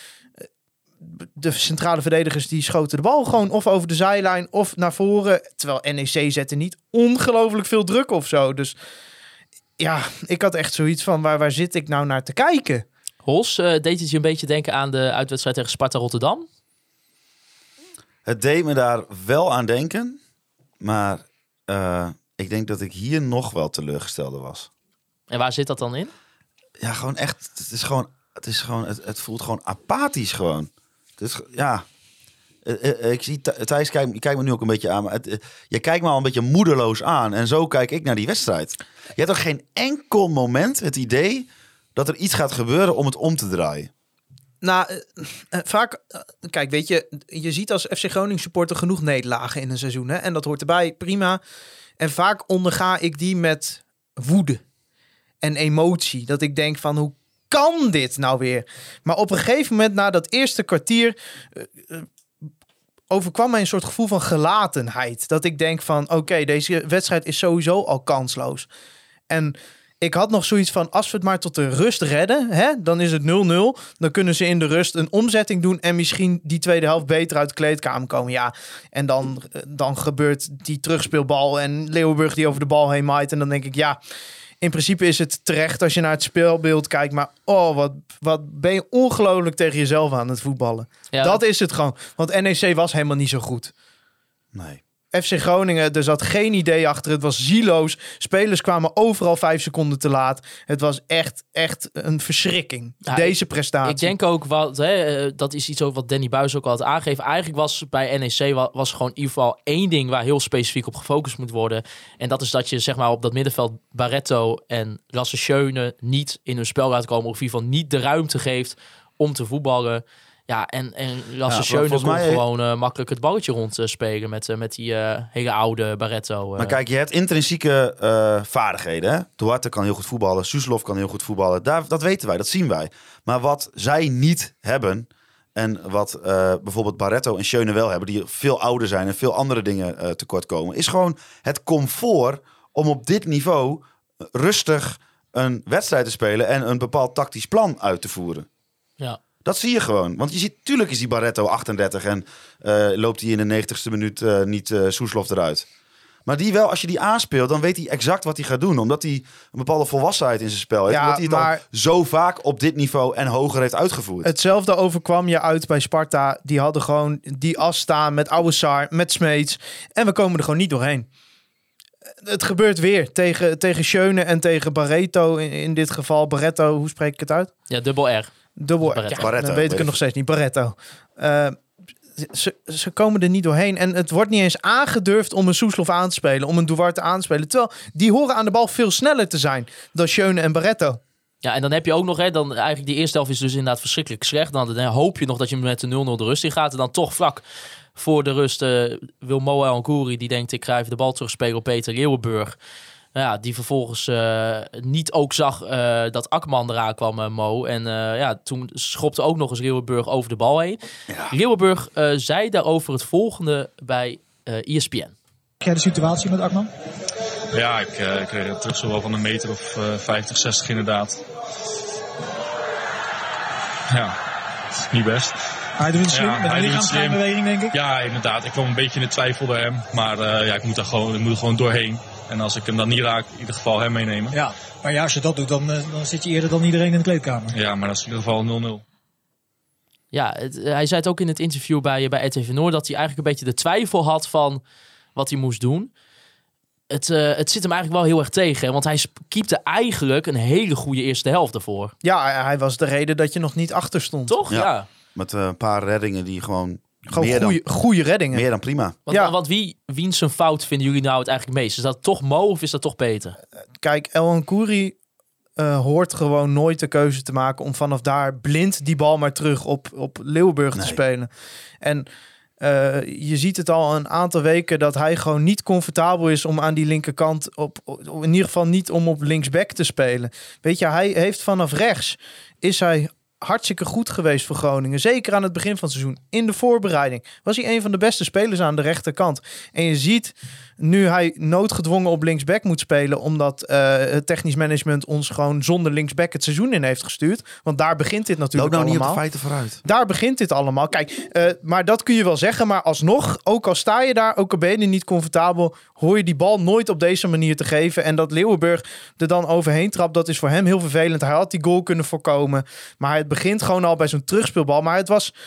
De centrale verdedigers die schoten de bal gewoon of over de zijlijn of naar voren. Terwijl NEC zette niet ongelooflijk veel druk of zo. Dus ja, ik had echt zoiets van waar zit ik nou naar te kijken? Hols, deed het je een beetje denken aan de uitwedstrijd tegen Sparta Rotterdam? Het deed me daar wel aan denken. Maar ik denk dat ik hier nog wel teleurgestelder was. En waar zit dat dan in? Ja, gewoon echt. Het voelt gewoon apathisch gewoon. Dus ja, ik zie Thijs, je kijkt me nu ook een beetje aan, maar je kijkt me al een beetje moedeloos aan. En zo kijk ik naar die wedstrijd. Je hebt toch geen enkel moment het idee dat er iets gaat gebeuren om het om te draaien? Nou, vaak, kijk, weet je ziet als FC Groningen supporter genoeg nederlagen in een seizoen. Hè? En dat hoort erbij, prima. En vaak onderga ik die met woede en emotie. Dat ik denk van, hoe kan dit nou weer? Maar op een gegeven moment, na dat eerste kwartier, overkwam mij een soort gevoel van gelatenheid. Dat ik denk van, oké, deze wedstrijd is sowieso al kansloos. En Ik had nog zoiets van, als we het maar tot de rust redden, hè, dan is het 0-0. Dan kunnen ze in de rust een omzetting doen en misschien die tweede helft beter uit de kleedkamer komen. Ja, en dan gebeurt die terugspeelbal en Leeuwenburg die over de bal heen maait. En dan denk ik, ja, in principe is het terecht als je naar het speelbeeld kijkt. Maar wat ben je ongelooflijk tegen jezelf aan het voetballen. Ja, dat is het gewoon. Want NEC was helemaal niet zo goed. Nee. FC Groningen, er zat geen idee achter. Het was zieloos. Spelers kwamen overal 5 seconden te laat. Het was echt een verschrikking. Ja, deze prestatie. Ik denk ook, dat is iets ook wat Danny Buijs ook al had aangegeven. Eigenlijk was bij NEC was gewoon in ieder geval 1 ding waar heel specifiek op gefocust moet worden. En dat is dat je zeg maar op dat middenveld Barretto en Lasse Schöne niet in hun spel laat komen. Of in ieder geval niet de ruimte geeft om te voetballen. Ja, en Lasse Schöne kon gewoon makkelijk het balletje rondspelen met die hele oude Barretto. Maar kijk, je hebt intrinsieke vaardigheden. Hè? Duarte kan heel goed voetballen. Suslov kan heel goed voetballen. Dat weten wij, dat zien wij. Maar wat zij niet hebben, en wat bijvoorbeeld Barretto en Schöne wel hebben, die veel ouder zijn en veel andere dingen tekort komen, is gewoon het comfort om op dit niveau rustig een wedstrijd te spelen en een bepaald tactisch plan uit te voeren. Ja. Dat zie je gewoon. Want je ziet, tuurlijk is die Barretto 38 en loopt hij in de 90ste minuut niet Soeslof eruit. Maar die wel, als je die aanspeelt, dan weet hij exact wat hij gaat doen. Omdat hij een bepaalde volwassenheid in zijn spel heeft. Ja, omdat hij het maar al zo vaak op dit niveau en hoger heeft uitgevoerd. Hetzelfde overkwam je uit bij Sparta. Die hadden gewoon die as staan met Oude Saar, met Smeets. En we komen er gewoon niet doorheen. Het gebeurt weer tegen Schöne en tegen Barretto. In dit geval Barretto, hoe spreek ik het uit? Ja, dubbel R. Dubbel Barretto. ja, Barretto, dan weet ik het nog steeds niet. Barretto. Ze komen er niet doorheen. En het wordt niet eens aangedurfd om een Soeslof aan te spelen. Om een Duarte aan te spelen. Terwijl die horen aan de bal veel sneller te zijn dan Schöne en Barretto. Ja, en dan heb je ook nog, dan eigenlijk die eerste helft is dus inderdaad verschrikkelijk slecht. Dan hoop je nog dat je met de 0-0 de rust in gaat. En dan toch vlak voor de rust wil Moa Angouri, die denkt ik ga even de bal terugspelen op Peter Leeuwenburg. Ja, die vervolgens niet ook zag dat Akman eraan kwam, Mo. En toen schopte ook nog eens Leeuwenburg over de bal heen. Ja. Leeuwenburg zei daarover het volgende bij ESPN. Jij de situatie met Akman? Ja, ik kreeg het terug zo wel van een meter of 50, 60 inderdaad. Ja, het is niet best. Hij doet het slim, met een lichaamsbeweging denk ik. Ja, inderdaad. Ik kwam een beetje in de twijfel bij hem. Maar ik moet er gewoon doorheen. En als ik hem dan niet raak, in ieder geval hem meenemen. Ja, maar ja, als je dat doet, dan zit je eerder dan iedereen in de kleedkamer. Ja, maar dat is in ieder geval 0-0. Ja, hij zei het ook in het interview bij RTV Noord, dat hij eigenlijk een beetje de twijfel had van wat hij moest doen. Het zit hem eigenlijk wel heel erg tegen. Want hij keepte eigenlijk een hele goede eerste helft ervoor. Ja, hij was de reden dat je nog niet achter stond. Toch? Ja. Met een paar reddingen die gewoon goede reddingen. Meer dan prima. Want wiens zijn fout vinden jullie nou het eigenlijk meest? Is dat toch Mo of is dat toch Peter? Kijk, El Angouri hoort gewoon nooit de keuze te maken om vanaf daar blind die bal maar terug op Leeuwenburg te spelen. En je ziet het al een aantal weken dat hij gewoon niet comfortabel is om aan die linkerkant in ieder geval niet om op linksback te spelen. Weet je, hij heeft vanaf rechts is hij hartstikke goed geweest voor Groningen. Zeker aan het begin van het seizoen. In de voorbereiding was hij een van de beste spelers aan de rechterkant. En je ziet, nu hij noodgedwongen op linksback moet spelen, omdat het technisch management ons gewoon zonder linksback het seizoen in heeft gestuurd. Want daar begint dit natuurlijk allemaal. Niet op de feiten vooruit. Daar begint dit allemaal. Kijk, maar dat kun je wel zeggen. Maar alsnog, ook al sta je daar, ook al ben je niet comfortabel, hoor je die bal nooit op deze manier te geven. En dat Leeuwenburg er dan overheen trapt, dat is voor hem heel vervelend. Hij had die goal kunnen voorkomen. Maar het begint gewoon al bij zo'n terugspeelbal. Maar het was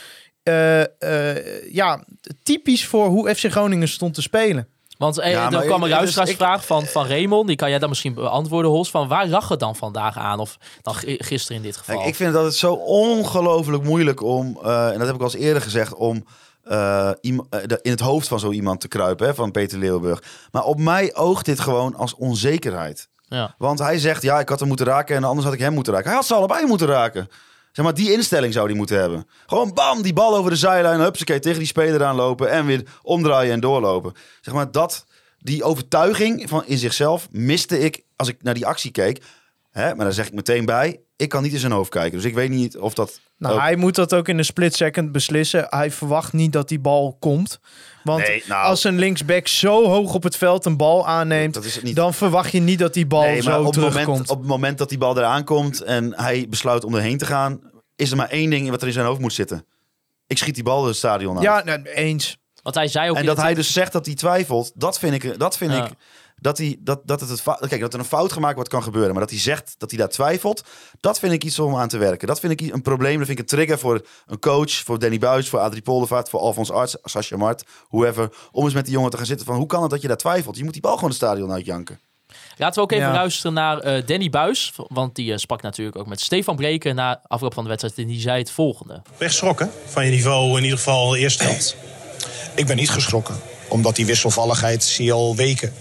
typisch voor hoe FC Groningen stond te spelen. Want er kwam een luisteraarsvraag van Raymond. Die kan jij dan misschien beantwoorden, Hols. Van waar lag het dan vandaag aan? Of dan gisteren in dit geval? Kijk, ik vind dat het zo ongelooflijk moeilijk om, en dat heb ik al eens eerder gezegd, om in het hoofd van zo iemand te kruipen, hè, van Peter Leeuwenburg. Maar op mij oogt dit gewoon als onzekerheid. Ja. Want hij zegt, ik had hem moeten raken en anders had ik hem moeten raken. Hij had ze allebei moeten raken. Zeg maar, die instelling zou hij moeten hebben. Gewoon bam, die bal over de zijlijn, hupsakee, tegen die speler aanlopen en weer omdraaien en doorlopen. Zeg maar, die overtuiging van in zichzelf miste ik, als ik naar die actie keek, Maar daar zeg ik meteen bij, ik kan niet in zijn hoofd kijken. Dus ik weet niet of dat... Hij moet dat ook in een split second beslissen. Hij verwacht niet dat die bal komt. Want als een linksback zo hoog op het veld een bal aanneemt... dan verwacht je niet dat die bal zo terugkomt. Op het moment dat die bal eraan komt en hij besluit om erheen te gaan... is er maar één ding wat er in zijn hoofd moet zitten. Ik schiet die bal het stadion uit. Ja, eens. Want hij zei ook... En dat hij dus zegt dat hij twijfelt, dat vind ik... Dat er een fout gemaakt wordt kan gebeuren. Maar dat hij zegt dat hij daar twijfelt. Dat vind ik iets om aan te werken. Dat vind ik een probleem. Dat vind ik een trigger voor een coach. Voor Danny Buijs, voor Adrie Poldervaart. Voor Alfons Arts, Sascha Mart. Whoever. Om eens met die jongen te gaan zitten van... Hoe kan het dat je daar twijfelt? Je moet die bal gewoon het stadion uitjanken. Laten we ook even luisteren naar Danny Buijs. Want die sprak natuurlijk ook met Stefan Breken... na afloop van de wedstrijd. En die zei het volgende. Ben je geschrokken van je niveau in ieder geval de eerste helft? Ik ben niet geschrokken. Omdat die wisselvalligheid zie je al weken.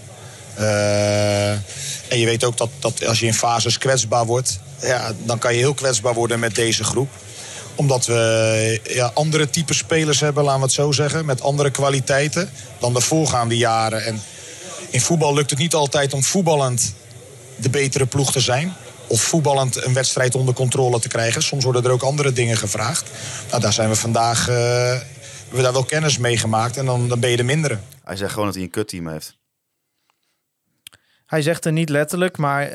En je weet ook dat als je in fases kwetsbaar wordt... dan kan je heel kwetsbaar worden met deze groep. Omdat we andere type spelers hebben, laten we het zo zeggen... met andere kwaliteiten dan de voorgaande jaren. En in voetbal lukt het niet altijd om voetballend de betere ploeg te zijn... of voetballend een wedstrijd onder controle te krijgen. Soms worden er ook andere dingen gevraagd. Nou, daar zijn we vandaag... hebben we daar wel kennis mee gemaakt en dan ben je de mindere. Hij zegt gewoon dat hij een kutteam heeft. Hij zegt er niet letterlijk, maar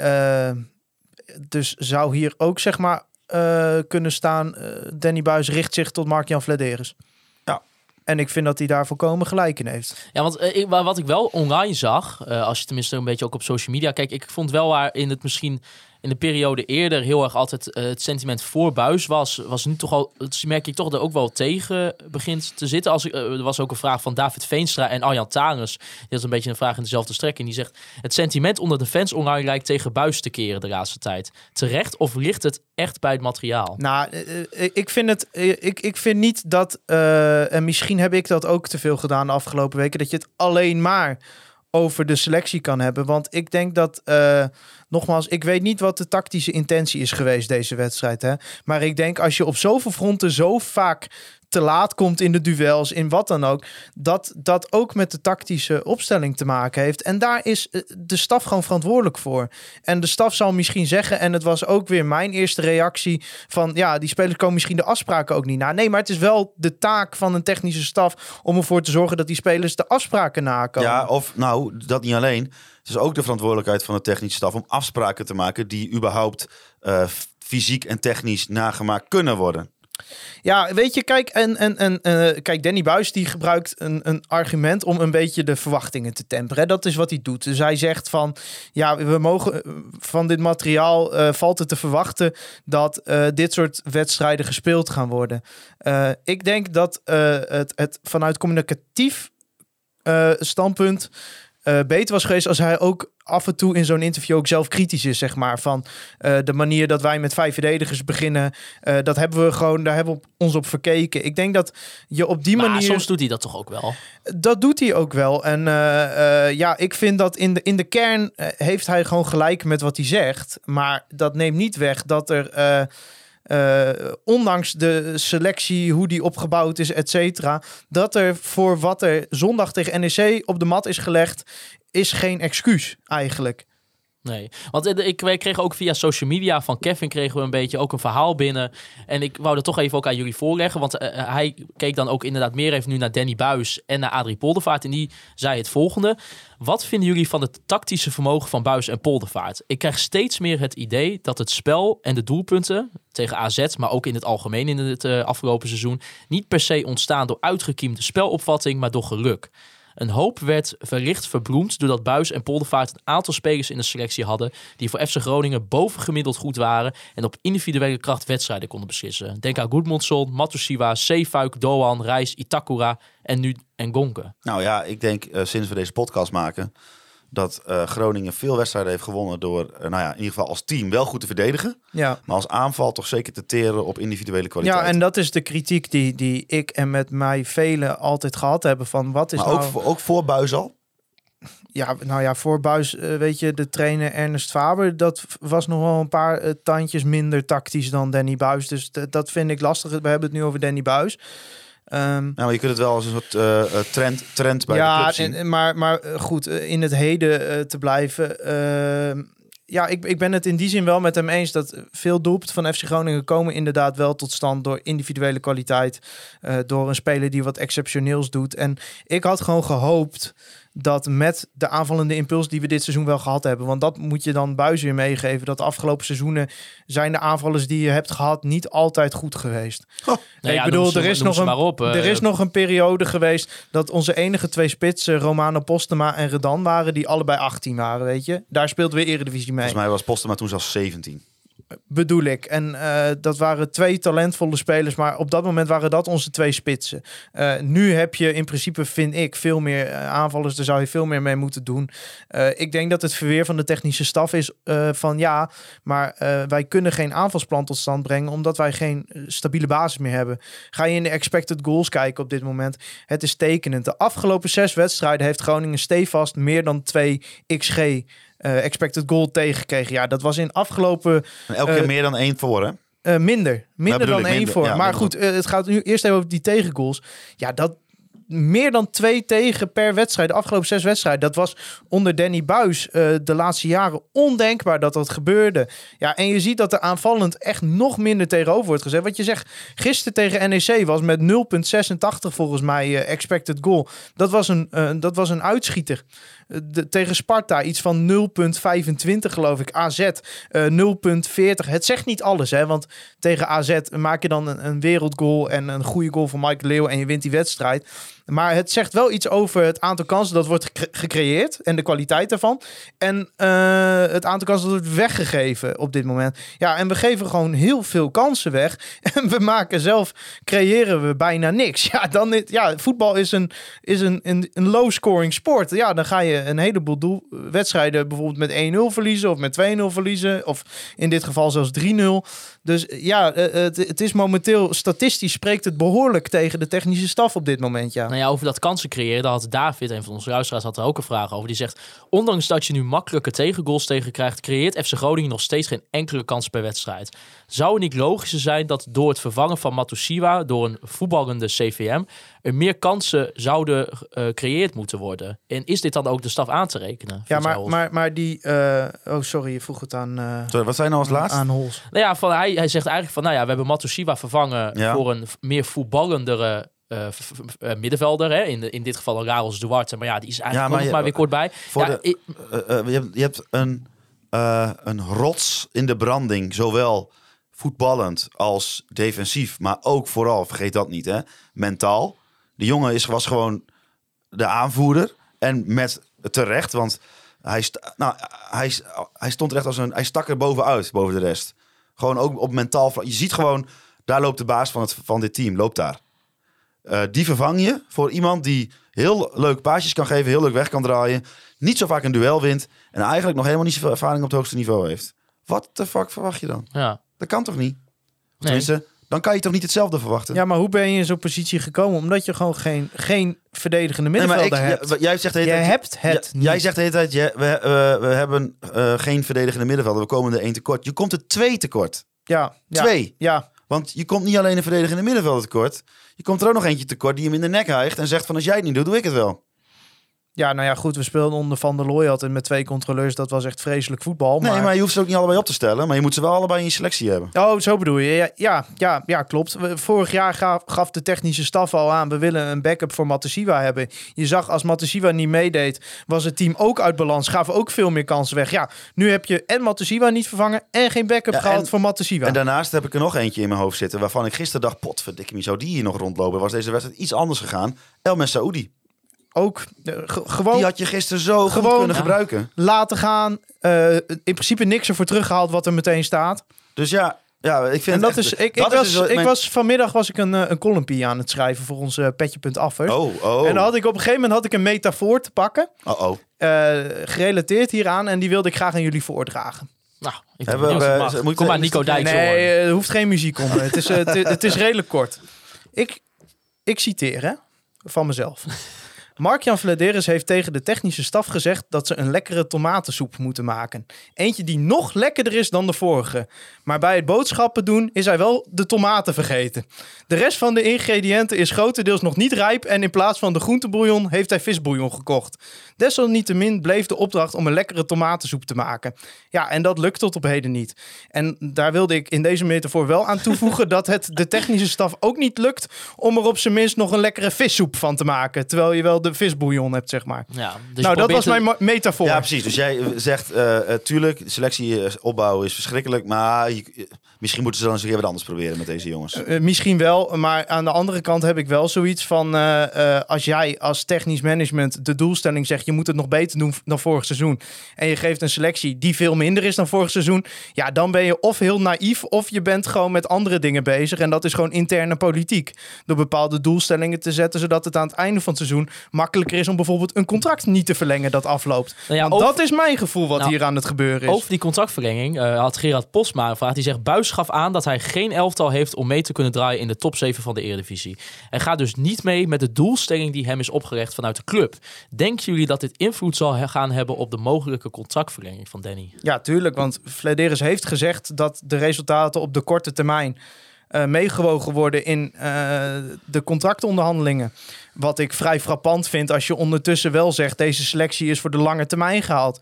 dus zou hier ook zeg maar kunnen staan... Danny Buijs richt zich tot Mark-Jan Vladeris. Ja. En ik vind dat hij daar volkomen gelijk in heeft. Ja, want wat ik wel online zag, als je tenminste een beetje ook op social media... Kijk, ik vond wel waarin het misschien... in de periode eerder heel erg altijd het sentiment voor Buijs was nu toch al, dat merk ik toch er ook wel tegen begint te zitten. Er was ook een vraag van David Veenstra en Arjan Tanus. Die had een beetje een vraag in dezelfde strekking. Die zegt, het sentiment onder de fans online lijkt tegen Buijs te keren de laatste tijd. Terecht of ligt het echt bij het materiaal? Nou, ik vind niet dat, en misschien heb ik dat ook te veel gedaan de afgelopen weken, dat je het alleen maar over de selectie kan hebben. Want ik denk dat, nogmaals, ik weet niet wat de tactische intentie is geweest deze wedstrijd. Hè? Maar ik denk als je op zoveel fronten zo vaak te laat komt in de duels, in wat dan ook, dat ook met de tactische opstelling te maken heeft. En daar is de staf gewoon verantwoordelijk voor. En de staf zal misschien zeggen, en het was ook weer mijn eerste reactie van, ja, die spelers komen misschien de afspraken ook niet na. Nee, maar het is wel de taak van een technische staf om ervoor te zorgen dat die spelers de afspraken nakomen. Ja, of nou, dat niet alleen. Het is ook de verantwoordelijkheid van de technische staf om afspraken te maken die überhaupt fysiek en technisch nagemaakt kunnen worden. Ja, weet je, kijk, kijk, Danny Buijs die gebruikt een argument om een beetje de verwachtingen te temperen. Dat is wat hij doet. Dus hij zegt van, ja, we mogen van dit materiaal valt het te verwachten dat dit soort wedstrijden gespeeld gaan worden. Ik denk dat het vanuit communicatief standpunt beter was geweest als hij ook af en toe in zo'n interview ook zelf kritisch is, zeg maar. Van de manier dat wij met 5 verdedigers beginnen. Dat hebben we gewoon, daar hebben we ons op verkeken. Ik denk dat je op die manier... soms doet hij dat toch ook wel? Dat doet hij ook wel. En ja, ik vind dat in de kern heeft hij gewoon gelijk met wat hij zegt. Maar dat neemt niet weg dat er... ondanks de selectie, hoe die opgebouwd is, et cetera, dat er voor wat er zondag tegen NEC op de mat is gelegd, is geen excuus eigenlijk. Nee, want wij kregen ook via social media van Kevin kregen we een beetje ook een verhaal binnen. En ik wou dat toch even ook aan jullie voorleggen. Want hij keek dan ook inderdaad meer even nu naar Danny Buijs en naar Adrie Poldervaart. En die zei het volgende. Wat vinden jullie van het tactische vermogen van Buijs en Poldervaart? Ik krijg steeds meer het idee dat het spel en de doelpunten tegen AZ, maar ook in het algemeen in het afgelopen seizoen, niet per se ontstaan door uitgekiemde spelopvatting, maar door geluk. Een hoop werd wellicht verbloemd doordat Buijs en Poldervaart een aantal spelers in de selectie hadden die voor FC Groningen bovengemiddeld goed waren en op individuele kracht wedstrijden konden beslissen. Denk aan Goedmundsson, Matusiwa, Zeefuik, Doan, Reis, Itakura en nu Ngonge. Nou ja, ik denk sinds we deze podcast maken dat Groningen veel wedstrijden heeft gewonnen door, in ieder geval als team wel goed te verdedigen. Ja. Maar als aanval toch zeker te teren op individuele kwaliteit. Ja, en dat is de kritiek die ik en met mij velen altijd gehad hebben van wat is maar ook voor Buijs al? Ja, nou ja, voor Buijs, weet je, de trainer Ernest Faber, dat was nog wel een paar tandjes minder tactisch dan Danny Buijs. Dus dat vind ik lastig. We hebben het nu over Danny Buijs. Maar je kunt het wel als een soort trend bij de club zien. Maar goed, in het heden te blijven. ik ben het in die zin wel met hem eens dat veel doelpunten van FC Groningen komen inderdaad wel tot stand door individuele kwaliteit. Door een speler die wat exceptioneels doet. En ik had gewoon gehoopt dat met de aanvallende impuls die we dit seizoen wel gehad hebben. Want dat moet je dan Buijs weer meegeven. Dat de afgelopen seizoenen zijn de aanvallers die je hebt gehad niet altijd goed geweest. Ik bedoel, er is nog een periode geweest dat onze enige 2 spitsen, Romano Postema en Redan, waren die allebei 18 waren, weet je. Daar speelden we Eredivisie mee. Volgens mij was Postema toen zelfs 17. Bedoel ik. En dat waren 2 talentvolle spelers, maar op dat moment waren dat onze 2 spitsen. Nu heb je in principe, vind ik, veel meer aanvallers. Daar zou je veel meer mee moeten doen. Ik denk dat het verweer van de technische staf is van ja, maar wij kunnen geen aanvalsplan tot stand brengen omdat wij geen stabiele basis meer hebben. Ga je in de expected goals kijken op dit moment. Het is tekenend. De afgelopen 6 wedstrijden heeft Groningen stevast meer dan 2 XG expected goal tegengekregen. Ja, dat was in afgelopen... Elke keer meer dan 1 voor, hè? Minder dan 1 voor. Ja, maar goed, het gaat nu eerst even over die tegengoals. Ja, dat meer dan 2 tegen per wedstrijd. De afgelopen 6 wedstrijden. Dat was onder Danny Buijs de laatste jaren ondenkbaar dat dat gebeurde. Ja, en je ziet dat er aanvallend echt nog minder tegenover wordt gezet. Wat je zegt, gisteren tegen NEC was met 0,86 volgens mij expected goal. Dat was een uitschieter. Tegen Sparta iets van 0,25 geloof ik. AZ 0,40. Het zegt niet alles, hè? Want tegen AZ maak je dan een wereldgoal en een goede goal van Mike Leeuw en je wint die wedstrijd. Maar het zegt wel iets over het aantal kansen dat wordt gecreëerd en de kwaliteit daarvan. En het aantal kansen dat wordt weggegeven op dit moment. Ja, en we geven gewoon heel veel kansen weg. En we maken zelf, creëren we bijna niks. Ja, voetbal is een low-scoring sport. Ja, dan ga je een heleboel wedstrijden bijvoorbeeld met 1-0 verliezen of met 2-0 verliezen. Of in dit geval zelfs 3-0. Dus ja, het is momenteel, statistisch spreekt het behoorlijk tegen de technische staf op dit moment, ja. Nou ja, over dat kansen creëren, daar had David, een van onze luisteraars, had er ook een vraag over. Die zegt, ondanks dat je nu makkelijke tegengoals tegen krijgt, creëert FC Groningen nog steeds geen enkele kans per wedstrijd. Zou het niet logischer zijn dat door het vervangen van Matusiwa door een voetballende CVM er meer kansen zouden gecreëerd moeten worden? En is dit dan ook de staf aan te rekenen? Ja, maar die... sorry, je vroeg het aan... Sorry, wat zei nou als laatste? Aan Hols. Nou ja, hij zegt eigenlijk van, nou ja, we hebben Matusiwa vervangen voor een meer voetballendere middenvelder. Hè? In dit geval een Raros Duarte. Maar ja, die is eigenlijk nog maar weer kort bij. Je hebt een rots in de branding. Zowel voetballend als defensief. Maar ook vooral, vergeet dat niet, hè, mentaal. De jongen was gewoon de aanvoerder. En met terecht, want hij stond er echt hij stak er bovenuit, boven de rest. Gewoon ook op mentaal. Je ziet gewoon, daar loopt de baas van dit team, loopt daar. Die vervang je voor iemand die heel leuk paasjes kan geven, heel leuk weg kan draaien, niet zo vaak een duel wint en eigenlijk nog helemaal niet zoveel ervaring op het hoogste niveau heeft. Wat de fuck verwacht je dan? Ja. Dat kan toch niet? Tenminste, dan kan je toch niet hetzelfde verwachten? Ja, maar hoe ben je in zo'n positie gekomen? Omdat je gewoon geen verdedigende middenvelder hebt. Jij zegt de hele tijd, jij zegt de hele tijd, we hebben geen verdedigende middenvelder. We komen er 1 tekort. Je komt er 2 tekort. Ja. 2. Ja. Want je komt niet alleen een verdedigende middenvelder tekort. Je komt er ook nog eentje tekort die hem in de nek hijgt en zegt van, als jij het niet doet, doe ik het wel. Ja, nou ja, goed. We speelden onder Van der Looy altijd met 2 controleurs. Dat was echt vreselijk voetbal. Nee, maar je hoeft ze ook niet allebei op te stellen. Maar je moet ze wel allebei in je selectie hebben. Oh, zo bedoel je. Ja, klopt. Vorig jaar gaf de technische staf al aan, we willen een backup voor Matusiwa hebben. Je zag, als Matusiwa niet meedeed, was het team ook uit balans. Gaven ook veel meer kansen weg. Ja, nu heb je en Matusiwa niet vervangen en geen backup gehad voor Matusiwa. En daarnaast heb ik er nog eentje in mijn hoofd zitten, waarvan ik gisteren dacht, potverdikke me, zou die hier nog rondlopen? Was deze wedstrijd iets anders gegaan? El Messaoudi. Ook gewoon. Die had je gisteren zo goed kunnen gebruiken. Laten gaan. In principe niks ervoor teruggehaald wat er meteen staat. Dus ja, ik vind. En vanmiddag was ik een columnpie aan het schrijven voor onze Petje.affers. Oh. En dan had ik op een gegeven moment een metafoor te pakken. Gerelateerd hieraan. En die wilde ik graag aan jullie voordragen. Nou, kom maar Nico Dijks. Nee, er hoeft geen muziek onder. Het is redelijk kort. Ik citeer, hè, van mezelf. Mark-Jan Vladeris heeft tegen de technische staf gezegd dat ze een lekkere tomatensoep moeten maken. Eentje die nog lekkerder is dan de vorige. Maar bij het boodschappen doen is hij wel de tomaten vergeten. De rest van de ingrediënten is grotendeels nog niet rijp en in plaats van de groentebouillon heeft hij visbouillon gekocht. Desalniettemin bleef de opdracht om een lekkere tomatensoep te maken. Ja, en dat lukt tot op heden niet. En daar wilde ik in deze metafoor wel aan toevoegen dat het de technische staf ook niet lukt om er op zijn minst nog een lekkere vissoep van te maken. Terwijl je wel de visbouillon hebt, zeg maar. Ja, dus nou, dat was mijn metafoor. Ja, precies. Dus jij zegt, tuurlijk, selectieopbouw is verschrikkelijk, maar misschien moeten ze dan eens een keer wat anders proberen met deze jongens. Misschien wel, maar aan de andere kant heb ik wel zoiets van, als jij als technisch management de doelstelling zegt, je moet het nog beter doen dan vorig seizoen, en je geeft een selectie die veel minder is dan vorig seizoen, ja, dan ben je of heel naïef, of je bent gewoon met andere dingen bezig, en dat is gewoon interne politiek. Door bepaalde doelstellingen te zetten, zodat het aan het einde van het seizoen makkelijker is om bijvoorbeeld een contract niet te verlengen dat afloopt. Nou ja, want dat is mijn gevoel wat hier aan het gebeuren is. Over die contractverlenging had Gerard Posma een vraag. Die zegt, Buijs gaf aan dat hij geen elftal heeft om mee te kunnen draaien in de top 7 van de Eredivisie. Hij gaat dus niet mee met de doelstelling die hem is opgelegd vanuit de club. Denken jullie dat dit invloed zal gaan hebben op de mogelijke contractverlenging van Danny? Ja, tuurlijk, want Vladeris heeft gezegd dat de resultaten op de korte termijn meegewogen worden in de contractonderhandelingen. Wat ik vrij frappant vind als je ondertussen wel zegt, deze selectie is voor de lange termijn gehaald.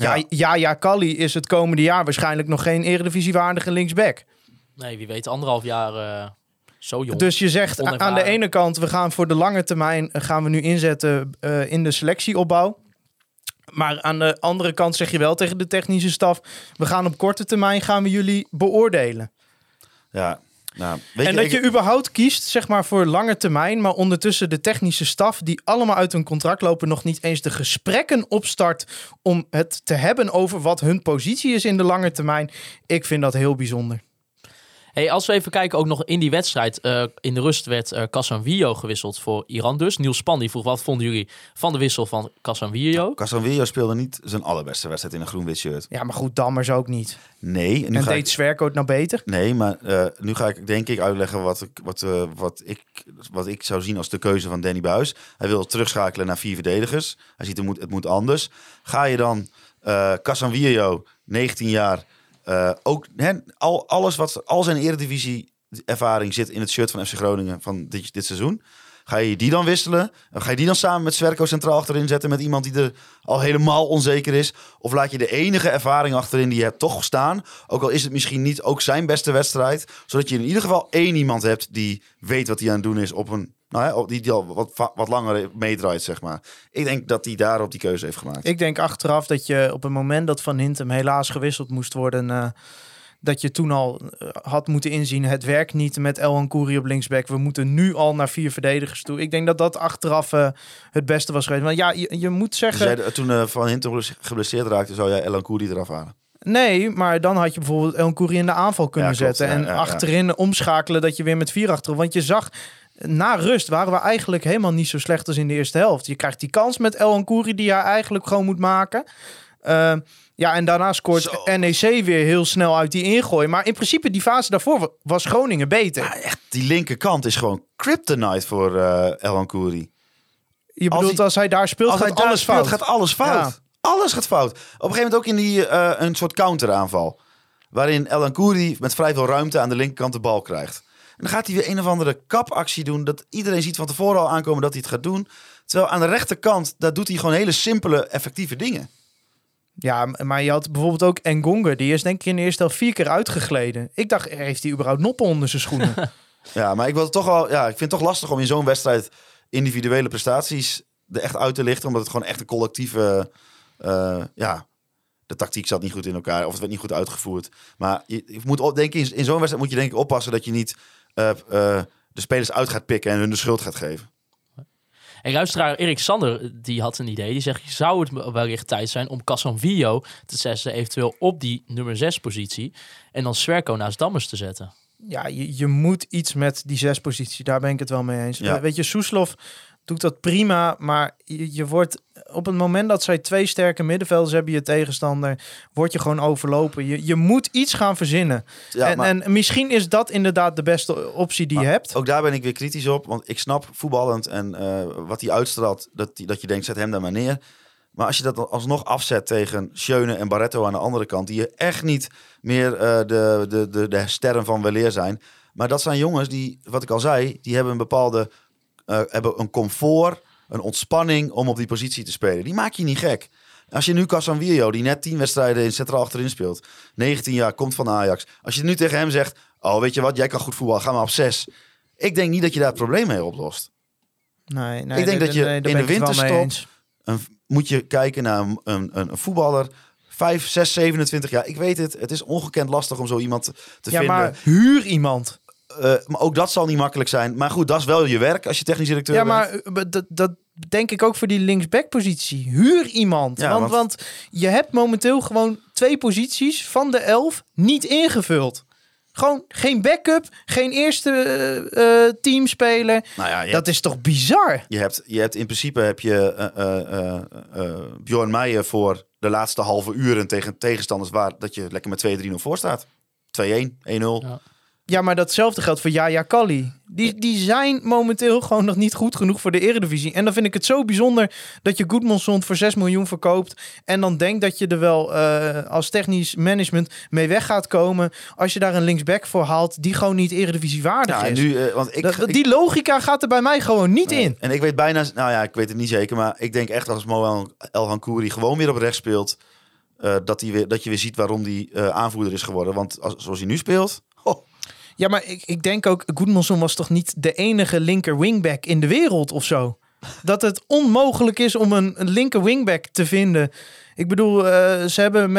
Ja, Kalli is het komende jaar waarschijnlijk nog geen eredivisiewaardige linksback. Nee, wie weet 1,5 jaar zo jong. Dus je zegt aan de ene kant, we gaan voor de lange termijn gaan we nu inzetten in de selectieopbouw. Maar aan de andere kant zeg je wel tegen de technische staf, we gaan op korte termijn gaan we jullie beoordelen. Ja. Nou, en dat je überhaupt kiest, zeg maar, voor lange termijn, maar ondertussen de technische staf, die allemaal uit hun contract lopen, nog niet eens de gesprekken opstart om het te hebben over wat hun positie is in de lange termijn. Ik vind dat heel bijzonder. Hey, als we even kijken, ook nog in die wedstrijd. In de rust werd Casanvillo gewisseld voor Iran dus. Niels Span die vroeg, wat vonden jullie van de wissel van Casanvillo? Casanvillo speelde niet zijn allerbeste wedstrijd in een groen-wit shirt. Ja, maar goed, Dammers ook niet. Nee. En deed Zwerko het nou beter? Nee, maar nu ga ik denk ik uitleggen wat ik zou zien als de keuze van Danny Buijs. Hij wil terugschakelen naar 4 verdedigers. Hij ziet het moet anders. Ga je dan Casanvillo, 19 jaar... al zijn eredivisie-ervaring zit in het shirt van FC Groningen van dit seizoen. Ga je die dan wisselen? Ga je die dan samen met Zwerko centraal achterin zetten met iemand die er al helemaal onzeker is? Of laat je de enige ervaring achterin die je hebt toch staan? Ook al is het misschien niet ook zijn beste wedstrijd. Zodat je in ieder geval 1 iemand hebt die weet wat hij aan het doen is op een... die al wat langer meedraait, zeg maar. Ik denk dat hij daarop die keuze heeft gemaakt. Ik denk achteraf dat je op het moment dat Van Hintem helaas gewisseld moest worden, dat je toen al had moeten inzien, het werkt niet met El Ancoury op linksback. We moeten nu al naar 4 verdedigers toe. Ik denk dat dat achteraf het beste was geweest. Want ja, je moet zeggen... Toen Van Hintem geblesseerd raakte, zou jij El Ancoury eraf halen? Nee, maar dan had je bijvoorbeeld El Ancoury in de aanval kunnen zetten. En achterin omschakelen dat je weer met 4 achterop. Want je zag... Na rust waren we eigenlijk helemaal niet zo slecht als in de eerste helft. Je krijgt die kans met El Ancoury die hij eigenlijk gewoon moet maken. En daarna scoort NEC weer heel snel uit die ingooi. Maar in principe die fase daarvoor was Groningen beter. Ja, echt, die linkerkant is gewoon kryptonite voor El Ancoury. Je bedoelt als hij daar speelt, gaat alles fout? Gaat alles fout. Ja. Alles gaat fout. Op een gegeven moment ook in die een soort counteraanval. Waarin El Ancoury met vrij veel ruimte aan de linkerkant de bal krijgt. En dan gaat hij weer een of andere kapactie doen. Dat iedereen ziet van tevoren al aankomen dat hij het gaat doen. Terwijl aan de rechterkant, daar doet hij gewoon hele simpele, effectieve dingen. Ja, maar je had bijvoorbeeld ook Engonga. Die is denk ik in de eerste helft 4 keer uitgegleden. Ik dacht, heeft hij überhaupt noppen onder zijn schoenen? Ja, maar ik vind het toch lastig om in zo'n wedstrijd individuele prestaties er echt uit te lichten. Omdat het gewoon echt een collectieve... de tactiek zat niet goed in elkaar. Of het werd niet goed uitgevoerd. Maar je moet denk ik, in zo'n wedstrijd moet je denk ik oppassen dat je niet de spelers uit gaat pikken en hun de schuld gaat geven. En luisteraar Erik Sander, die had een idee. Die zegt, zou het wellicht tijd zijn om Casanvillo te zetten, eventueel op die nummer 6 positie. En dan Zwerko naast Dammers te zetten? Ja, je moet iets met die 6 positie. Daar ben ik het wel mee eens. Ja. Weet je, Soeslof doet dat prima. Maar je wordt op het moment dat zij 2 sterke middenvelders hebben, je tegenstander, word je gewoon overlopen. Je moet iets gaan verzinnen. Ja, en misschien is dat inderdaad de beste optie die je hebt. Ook daar ben ik weer kritisch op. Want ik snap voetballend en wat hij uitstraalt, dat je denkt, zet hem daar maar neer. Maar als je dat alsnog afzet tegen Schöne en Barretto aan de andere kant, die echt niet meer de sterren van weleer zijn. Maar dat zijn jongens die, wat ik al zei, die hebben een bepaalde hebben een comfort, een ontspanning om op die positie te spelen. Die maak je niet gek. Als je nu Casemiro, die net 10 wedstrijden in centraal achterin speelt, 19 jaar, komt van Ajax. Als je nu tegen hem zegt, oh weet je wat, jij kan goed voetballen, ga maar op 6. Ik denk niet dat je daar het probleem mee oplost. Nee, ik denk dat je in de winterstop moet je kijken naar een voetballer, 5, 6, 27 jaar. Ik weet het, het is ongekend lastig om zo iemand te vinden. Maar huur iemand. Maar ook dat zal niet makkelijk zijn. Maar goed, dat is wel je werk als je technisch directeur bent. Maar dat denk ik ook voor die linksback-positie. Huur iemand. Ja, want je hebt momenteel gewoon 2 posities van de 11 niet ingevuld. Gewoon geen backup, geen eerste teamspeler. Nou ja, dat is toch bizar? Je hebt in principe Bjorn Meijer voor de laatste halve uren tegen tegenstanders waar dat je lekker met 2-3-0 voor staat. 2-1, 1-0. Ja. Ja, maar datzelfde geldt voor Yaya Kalli. Die zijn momenteel gewoon nog niet goed genoeg voor de Eredivisie. En dan vind ik het zo bijzonder dat je Goedmanson voor 6 miljoen verkoopt. En dan denkt dat je er wel als technisch management mee weg gaat komen. Als je daar een linksback voor haalt die gewoon niet Eredivisie waardig is. Nu, want die logica gaat er bij mij gewoon niet in. En ik weet bijna, nou ja, ik weet het niet zeker. Maar ik denk echt als Mo El Hankouri gewoon weer op rechts speelt. Dat je weer ziet waarom die aanvoerder is geworden. Want zoals hij nu speelt... Ja, maar ik denk ook, Goedmanson was toch niet de enige linker wingback in de wereld of zo? Dat het onmogelijk is om een linker wingback te vinden. Ik bedoel, ze hebben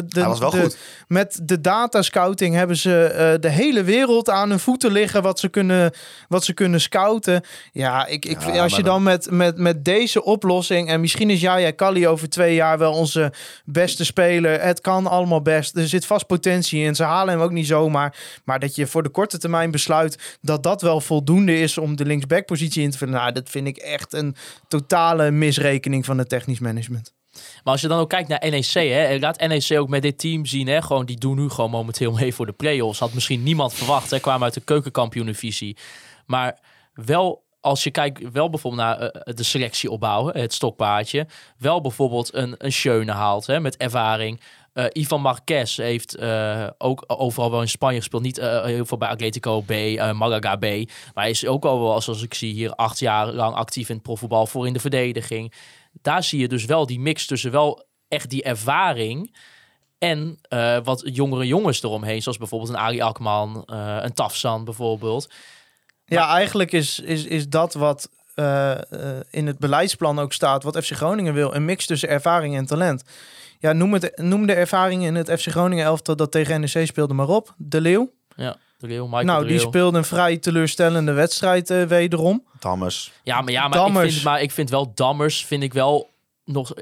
met de datascouting hebben ze de hele wereld aan hun voeten liggen wat ze kunnen scouten. Ja, als je dan met deze oplossing, en misschien is Yaya Kalli over 2 jaar wel onze beste speler. Het kan allemaal best. Er zit vast potentie in. Ze halen hem ook niet zomaar. Maar dat je voor de korte termijn besluit dat wel voldoende is om de linksbackpositie in te vullen. Nou, dat vind ik echt een totale misrekening van het technisch management. Maar als je dan ook kijkt naar NEC, hè, laat NEC ook met dit team zien, hè, gewoon, die doen nu gewoon momenteel mee voor de play-offs. Had misschien niemand verwacht, hè, kwamen uit de keukenkampioenenvisie. Maar wel, als je kijkt, wel bijvoorbeeld naar de selectie opbouwen, het stokpaardje. Wel bijvoorbeeld een Schöne haalt, hè, met ervaring. Ivan Marquez heeft ook overal wel in Spanje gespeeld. Niet heel veel bij Atletico B, Malaga B. Maar hij is ook al wel, zoals ik zie hier, 8 jaar lang actief in het profvoetbal voor in de verdediging. Daar zie je dus wel die mix tussen wel echt die ervaring en wat jongere jongens eromheen. Zoals bijvoorbeeld een Ali Akman, een Tafsan bijvoorbeeld. Ja, eigenlijk is dat wat in het beleidsplan ook staat, wat FC Groningen wil. Een mix tussen ervaring en talent. Ja, noem de ervaring in het FC Groningen elftal dat tegen NEC speelde maar op. De Leeuw. Ja, De Leeuw, Michael De Leeuw. Die speelde een vrij teleurstellende wedstrijd wederom. Dammers. Ik vind wel Dammers, vind ik wel nog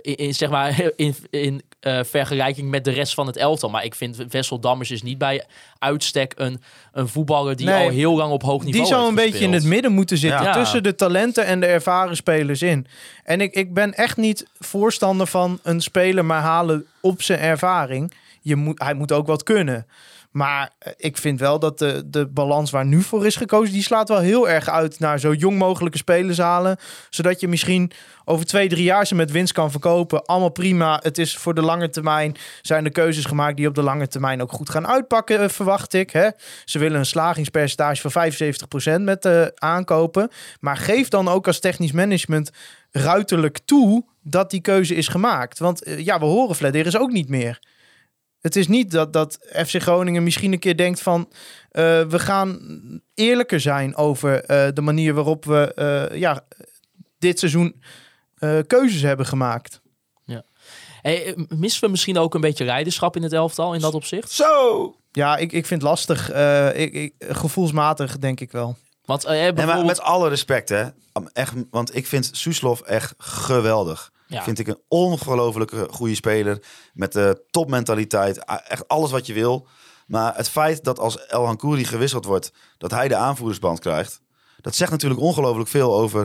in vergelijking met de rest van het elftal. Maar ik vind Wessel Dammers is niet bij uitstek een voetballer die al heel lang op hoog niveau die zou een gespeeld. beetje in het midden moeten zitten. Tussen de talenten en de ervaren spelers in. En ik ben echt niet voorstander van een speler maar halen op zijn ervaring. Hij moet ook wat kunnen. Maar ik vind wel dat de balans waar nu voor is gekozen, die slaat wel heel erg uit naar zo jong mogelijke spelers halen. Zodat je misschien over 2-3 jaar ze met winst kan verkopen. Allemaal prima. Het is voor de lange termijn. Zijn er keuzes gemaakt die op de lange termijn ook goed gaan uitpakken, verwacht ik. Hè? Ze willen een slagingspercentage van 75% met aankopen. Maar geef dan ook als technisch management ruiterlijk toe dat die keuze is gemaakt. Want we horen Fleder is ook niet meer. Het is niet dat FC Groningen misschien een keer denkt van we gaan eerlijker zijn over de manier waarop we dit seizoen keuzes hebben gemaakt. Ja. Hey, missen we misschien ook een beetje leiderschap in het elftal in dat opzicht? Zo! Ja, ik vind het lastig. Gevoelsmatig denk ik wel. Want, maar met alle respect, hè. Echt, want ik vind Suslov echt geweldig. Ja. Vind ik een ongelofelijke goede speler. Met de topmentaliteit. Echt alles wat je wil. Maar het feit dat als El Hankouri gewisseld wordt, dat hij de aanvoerdersband krijgt. Dat zegt natuurlijk ongelooflijk veel over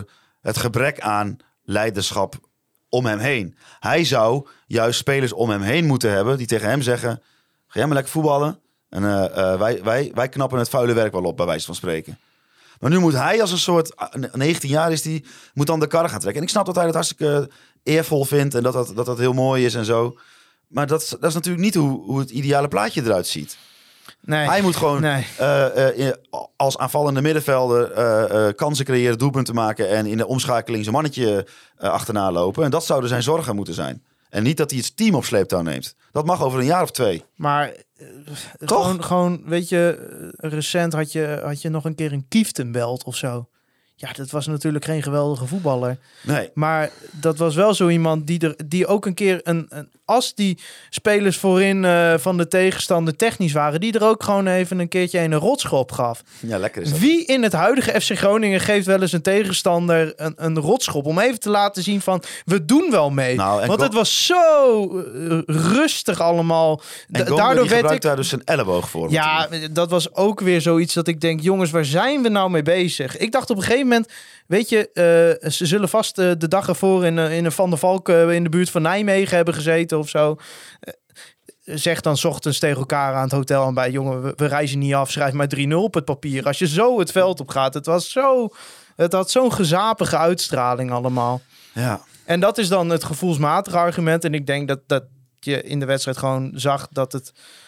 het gebrek aan leiderschap om hem heen. Hij zou juist spelers om hem heen moeten hebben die tegen hem zeggen, ga jij maar lekker voetballen en wij knappen het vuile werk wel op, bij wijze van spreken. Maar nu moet hij als een soort, 19 jaar is hij, moet dan de kar gaan trekken. En ik snap dat hij dat hartstikke eervol vindt en dat heel mooi is en zo. Maar dat is natuurlijk niet hoe het ideale plaatje eruit ziet. Nee. Hij moet gewoon als aanvallende middenvelder kansen creëren, doelpunten maken en in de omschakeling zijn mannetje achterna lopen. En dat zouden zijn zorgen moeten zijn. En niet dat hij het team op sleeptouw neemt. Dat mag over een jaar of 2. Maar gewoon, weet je, recent had je nog een keer een Kieftenbelt of zo. Ja, dat was natuurlijk geen geweldige voetballer. Nee. Maar dat was wel zo iemand die ook een keer als die spelers voorin van de tegenstander technisch waren, die er ook gewoon even een keertje een rotschop gaf. Ja, lekker is dat. Wie in het huidige FC Groningen geeft wel eens een tegenstander een rotschop om even te laten zien van, we doen wel mee. Nou, want het was zo rustig allemaal. Daardoor werd daar dus zijn elleboog voor. Ja, natuurlijk. Dat was ook weer zoiets dat ik denk, jongens, waar zijn we nou mee bezig? Ik dacht op een gegeven moment, weet je, ze zullen vast de dag ervoor in een Van der Valk in de buurt van Nijmegen hebben gezeten of zo. Zeg dan 's ochtends tegen elkaar aan het hotel en bij, jongen, we reizen niet af, schrijf maar 3-0 op het papier. Als je zo het veld op gaat, het had zo'n gezapige uitstraling allemaal. Ja. En dat is dan het gevoelsmatige argument. En ik denk dat je in de wedstrijd gewoon zag dat het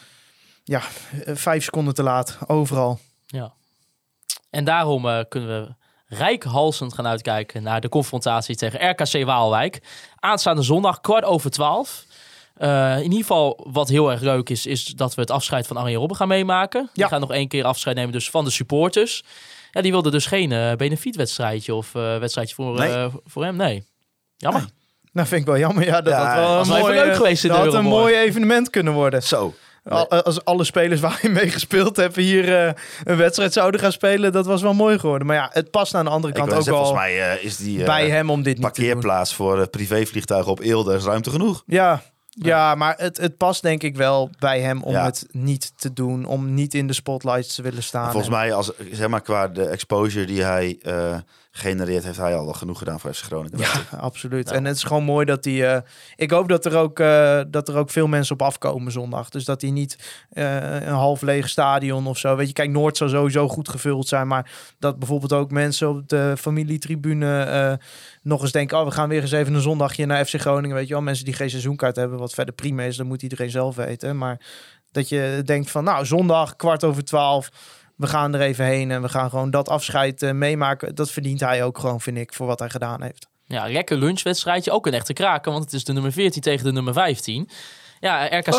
5 seconden te laat overal. Ja. En daarom kunnen we reikhalsend gaan uitkijken naar de confrontatie tegen RKC Waalwijk. Aanstaande zondag 11:15. In ieder geval wat heel erg leuk is dat we het afscheid van Arjen Robben gaan meemaken. Die gaan nog 1 keer afscheid nemen dus van de supporters. Ja, die wilden dus geen benefietwedstrijdje of wedstrijdje voor hem. Nee. Jammer. Nee. Nou, vind ik wel jammer. Ja, dat had wel een mooi leuk geweest in de had een Euroborg. mooi evenement kunnen worden. Zo. Als alle spelers waar je mee gespeeld hebt hier een wedstrijd zouden gaan spelen, dat was wel mooi geworden. Maar ja, het past aan de andere kant ook wel. Volgens mij is die bij hem om dit niet te doen. Parkeerplaats voor privévliegtuigen op Eelde is ruimte genoeg. Ja, maar het past denk ik wel bij hem om het niet te doen. Om niet in de spotlights te willen staan. Volgens mij, qua de exposure die hij genereert, heeft hij al genoeg gedaan voor FC Groningen. Ja, absoluut. En het is gewoon mooi dat hij... ik hoop dat er ook veel mensen op afkomen zondag. Dus dat hij niet een half leeg stadion of zo. Weet je, kijk, Noord zou sowieso goed gevuld zijn. Maar dat bijvoorbeeld ook mensen op de familietribune nog eens denken, we gaan weer eens even een zondagje naar FC Groningen. Weet je wel, mensen die geen seizoenkaart hebben, wat verder prima is, dat moet iedereen zelf weten. Maar dat je denkt van, nou, zondag 11:15, we gaan er even heen en we gaan gewoon dat afscheid meemaken. Dat verdient hij ook gewoon, vind ik, voor wat hij gedaan heeft. Ja, lekker lunchwedstrijdje. Ook een echte kraker, want het is de nummer 14 tegen de nummer 15. Ja, RKC...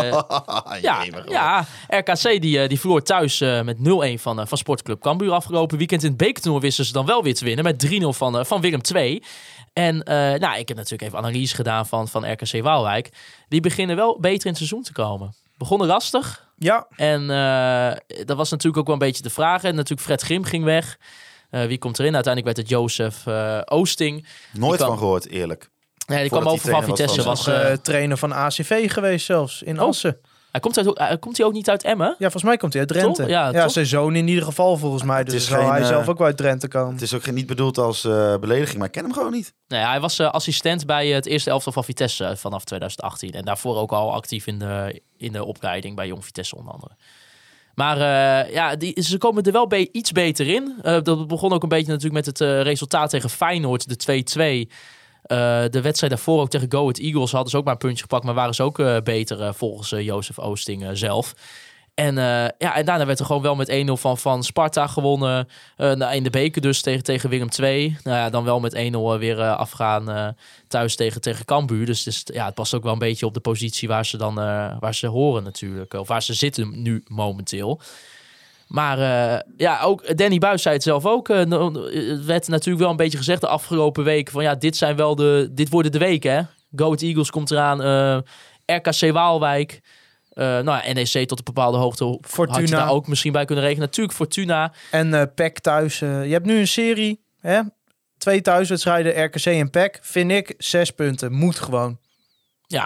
RKC die verloor thuis met 0-1 van Sportclub Cambuur afgelopen weekend. In het bekertoernooi wisten ze dan wel weer te winnen met 3-0 van Willem II. En ik heb natuurlijk even analyse gedaan van RKC Waalwijk. Die beginnen wel beter in het seizoen te komen. Begonnen lastig. Ja. En dat was natuurlijk ook wel een beetje de vraag. En natuurlijk Fred Grim ging weg. Wie komt erin? Uiteindelijk werd het Jozef Oosting. Nooit van gehoord, eerlijk. Nee, die kwam over van Vitesse. Was trainer van ACV geweest zelfs, in Assen. Komt hij ook niet uit Emmen? Ja, volgens mij komt hij uit Drenthe. Toch? Ja, zijn zoon in ieder geval volgens mij. Dus zal hij zelf ook wel uit Drenthe komen. Het is ook niet bedoeld als belediging, maar ik ken hem gewoon niet. Nee, hij was assistent bij het eerste elftal van Vitesse vanaf 2018. En daarvoor ook al actief in de opleiding bij Jong Vitesse onder andere. Maar ze komen er wel iets beter in. Dat begon ook een beetje natuurlijk met het resultaat tegen Feyenoord, de 2-2. De wedstrijd daarvoor ook tegen Go Ahead Eagles hadden ze ook maar een puntje gepakt, maar waren ze ook beter volgens Jozef Oosting zelf. En daarna werd er gewoon wel met 1-0 van Sparta gewonnen. In de beker dus tegen Willem II. Dan wel met 1-0 weer afgaan thuis tegen Cambuur. Dus het past ook wel een beetje op de positie waar ze horen natuurlijk. Of waar ze zitten nu momenteel. Maar ook Danny Buijs zei het zelf ook. Het werd natuurlijk wel een beetje gezegd de afgelopen weken van dit worden de weken, hè. Go Ahead Eagles komt eraan. RKC Waalwijk. NEC tot een bepaalde hoogte. Fortuna. Had je daar ook misschien bij kunnen rekenen. Natuurlijk Fortuna. En PEC thuis. Je hebt nu een serie. 2 thuiswedstrijden, RKC en PEC. Vind ik 6 punten. Moet gewoon. Ja.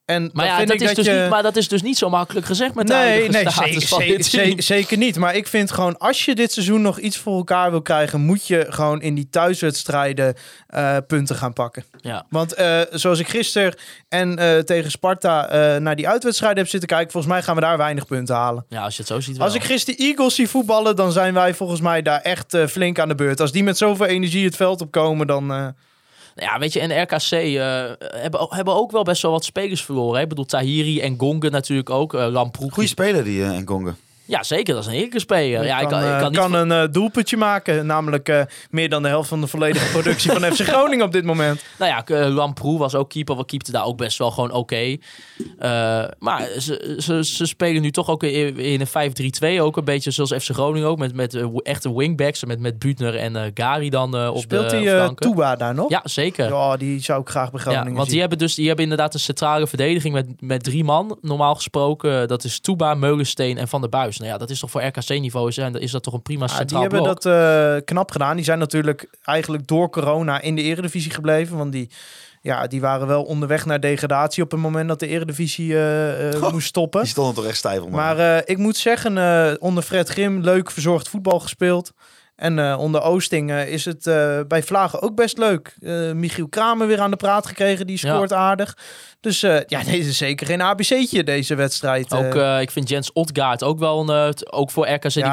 Maar dat is dus niet zo makkelijk gezegd met de huidige status van dit team. Zeker niet. Maar ik vind gewoon, als je dit seizoen nog iets voor elkaar wil krijgen, moet je gewoon in die thuiswedstrijden punten gaan pakken. Ja. Want zoals ik gisteren en tegen Sparta naar die uitwedstrijden heb zitten kijken, volgens mij gaan we daar weinig punten halen. Ja, als je het zo ziet wel. Als ik gisteren Eagles zie voetballen, dan zijn wij volgens mij daar echt flink aan de beurt. Als die met zoveel energie het veld opkomen, dan... Ja, weet je, en RKC hebben ook wel best wel wat spelers verloren. Hè? Ik bedoel, Tahiri en Gongen natuurlijk ook. Lamproe. Goeie speler die en Gongen. Ja, zeker. Dat is een heerlijke speler. Ja, ik kan een doelpuntje maken. Namelijk meer dan de helft van de volledige productie van FC Groningen op dit moment. Nou ja, Lamproe was ook keeper. We keepten daar ook best wel gewoon oké. Maar ze spelen nu toch ook in een 5-3-2. Ook een beetje zoals FC Groningen ook. Met echte wingbacks. Met Buutner en Gary dan op Speelt de die Touba daar nog? Ja, zeker. Ja, die zou ik graag bij Groningen want die hebben inderdaad een centrale verdediging met 3 man. Normaal gesproken. Dat is Touba, Meulensteen en Van der Buis. Nou ja, dat is toch voor RKC-niveau is dat toch een prima centraal blok. Die hebben dat knap gedaan. Die zijn natuurlijk eigenlijk door corona in de Eredivisie gebleven. Want die waren wel onderweg naar degradatie op het moment dat de Eredivisie moest stoppen. Die stonden toch echt stijf om. Maar ik moet zeggen, onder Fred Grim leuk verzorgd voetbal gespeeld. En onder Oosting is het bij Vlagen ook best leuk. Michiel Kramer weer aan de praat gekregen. Die scoort aardig. Dus deze is zeker geen ABC'tje, deze wedstrijd. Ook, ik vind Jens Otgaard ook wel ook voor RKC. Die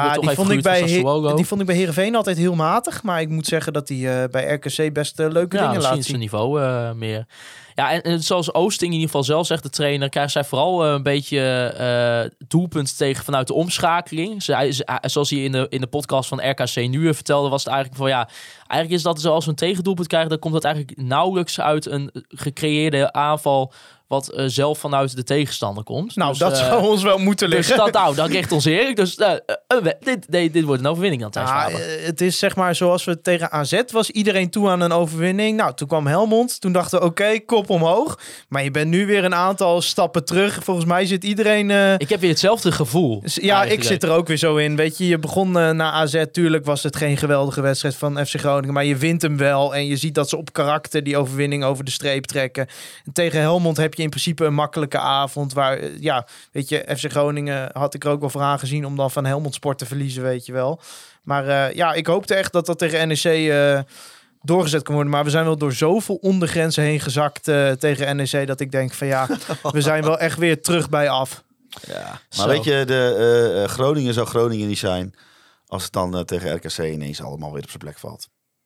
vond ik bij Heerenveen altijd heel matig. Maar ik moet zeggen dat hij bij RKC best leuke dingen laat zien. Zijn niveau meer. Ja, en zoals Oosting in ieder geval zelf zegt, de trainer, krijgt zij vooral een beetje doelpunt tegen vanuit de omschakeling. Zoals hij in de podcast van RKC Nu vertelde, was het eigenlijk van eigenlijk is dat zoals we een tegendoelpunt krijgen, dan komt dat eigenlijk nauwelijks uit een gecreëerde aanval wat zelf vanuit de tegenstander komt. Nou, dus, dat zou ons wel moeten liggen. Dus dat ligt ons heerlijk. Dus dit wordt een overwinning dan, Thijs Faber. Het is zeg maar zoals we tegen AZ was iedereen toe aan een overwinning. Nou, toen kwam Helmond. Toen dachten we, oké, kop omhoog. Maar je bent nu weer een aantal stappen terug. Volgens mij zit iedereen... Ik heb weer hetzelfde gevoel. Ja, ik zit er ook weer zo in. Weet je begon na AZ. Tuurlijk was het geen geweldige wedstrijd van FC Groningen. Maar je wint hem wel. En je ziet dat ze op karakter die overwinning over de streep trekken. En tegen Helmond heb je in principe een makkelijke avond waar, weet je, FC Groningen had ik er ook wel voor aangezien om dan van Helmond Sport te verliezen, weet je wel. Maar ik hoopte echt dat tegen NEC doorgezet kan worden. Maar we zijn wel door zoveel ondergrenzen heen gezakt tegen NEC dat ik denk van we zijn wel echt weer terug bij af. Ja, maar weet je, de Groningen zou Groningen niet zijn als het dan tegen RKC ineens allemaal weer op zijn plek valt.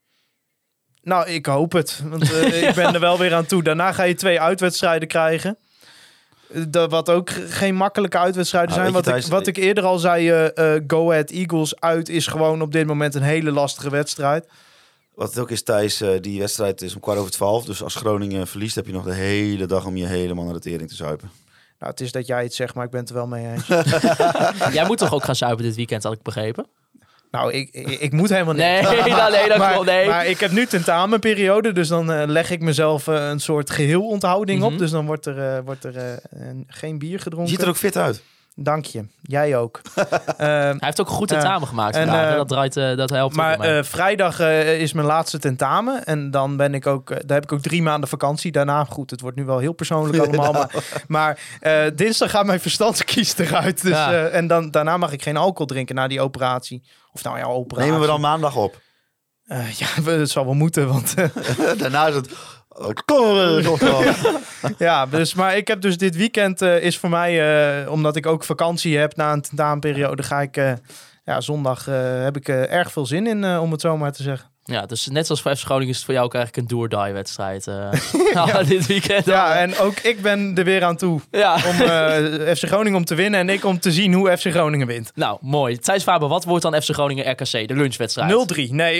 Nou, ik hoop het. Want ik ben er wel weer aan toe. Daarna ga je 2 uitwedstrijden krijgen. Wat ook geen makkelijke uitwedstrijden zijn. Wat ik eerder al zei, Go Ahead Eagles uit is gewoon op dit moment een hele lastige wedstrijd. Wat het ook is, Thijs, die wedstrijd is om 11:15. Dus als Groningen verliest, heb je nog de hele dag om je helemaal naar de tering te zuipen. Nou, het is dat jij het zegt, maar ik ben het er wel mee eens. Jij moet toch ook gaan zuipen dit weekend, had ik begrepen? Nou, ik moet helemaal niet. Nee. Maar ik heb nu tentamenperiode, dus dan leg ik mezelf een soort geheelonthouding op. Dus dan wordt er geen bier gedronken. Je ziet er ook fit uit. Dank je. Jij ook. Hij heeft ook goed tentamen gemaakt vandaag. Dat helpt. Maar vrijdag is mijn laatste tentamen. En dan ben ik ook... daar heb ik ook 3 maanden vakantie. Daarna, goed, het wordt nu wel heel persoonlijk allemaal. Maar dinsdag gaat mijn verstandskies eruit. Dus, en daarna mag ik geen alcohol drinken na die operatie. Of nou ja, operatie. Nemen we dan maandag op? Het zal wel moeten, want... Daarna is het... Ja, maar ik heb dus dit weekend is voor mij, omdat ik ook vakantie heb na een tentamenperiode, ga ik zondag heb ik erg veel zin in, om het zo maar te zeggen. Ja, dus net zoals voor FC Groningen is het voor jou ook eigenlijk een do-or-die wedstrijd dit weekend. Ja, en ook ik ben er weer aan toe om FC Groningen om te winnen en ik om te zien hoe FC Groningen wint. Nou, mooi. Thijs Faber, wat wordt dan FC Groningen RKC, de lunchwedstrijd? 0-3. Nee,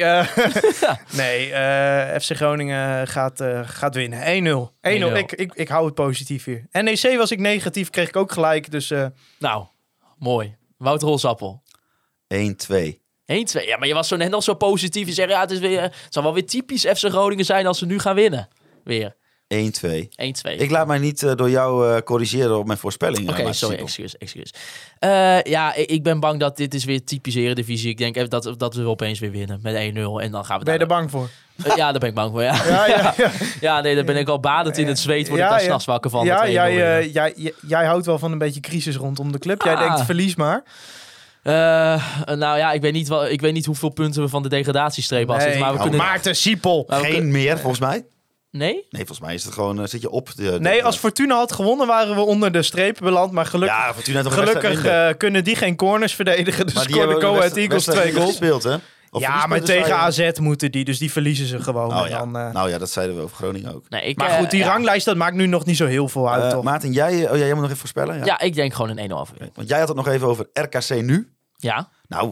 FC Groningen gaat winnen. 1-0. Ik hou het positief hier. NEC was ik negatief, kreeg ik ook gelijk. Dus, Nou, mooi. Wouter Holsappel. 1-2. 1-2. Ja, maar je was zo net nog zo positief. Je zegt, het zal wel weer typisch FC Groningen zijn als ze nu gaan winnen. Weer. 1-2. 1-2. Ik laat mij niet door jou corrigeren op mijn voorspellingen. Oké, sorry, excuus. Ik ben bang dat dit is weer typisch Eredivisie. Ik denk even dat we opeens weer winnen met 1-0 en dan gaan we. Ben je er bang voor? Ja, daar ben ik bang voor, ja. Nee, daar ben ik al badend in het zweet. Word ik daar 's nachts wakker van. Ja, jij houdt wel van een beetje crisis rondom de club. Jij denkt, verlies maar. Ik weet niet hoeveel punten we van de degradatiestreep af zitten. Maar we kunnen... Maarten Siepel. Geen meer, volgens mij. Nee? Nee, volgens mij is het gewoon, zit je op. Als Fortuna had gewonnen, waren we onder de streep beland. Maar gelukkig kunnen die geen corners verdedigen. Dus scoorde Go Ahead Eagles 2 goals. Gespeeld, hè? Maar tegen AZ moeten die, dus die verliezen ze gewoon. Dat zeiden we over Groningen ook. Nee, maar goed, die ranglijst, dat maakt nu nog niet zo heel veel uit, toch? Maarten, jij moet nog even voorspellen? Ja, ik denk gewoon een 1-0 overwinning. Want jij had het nog even over RKC nu. Ja. Nou,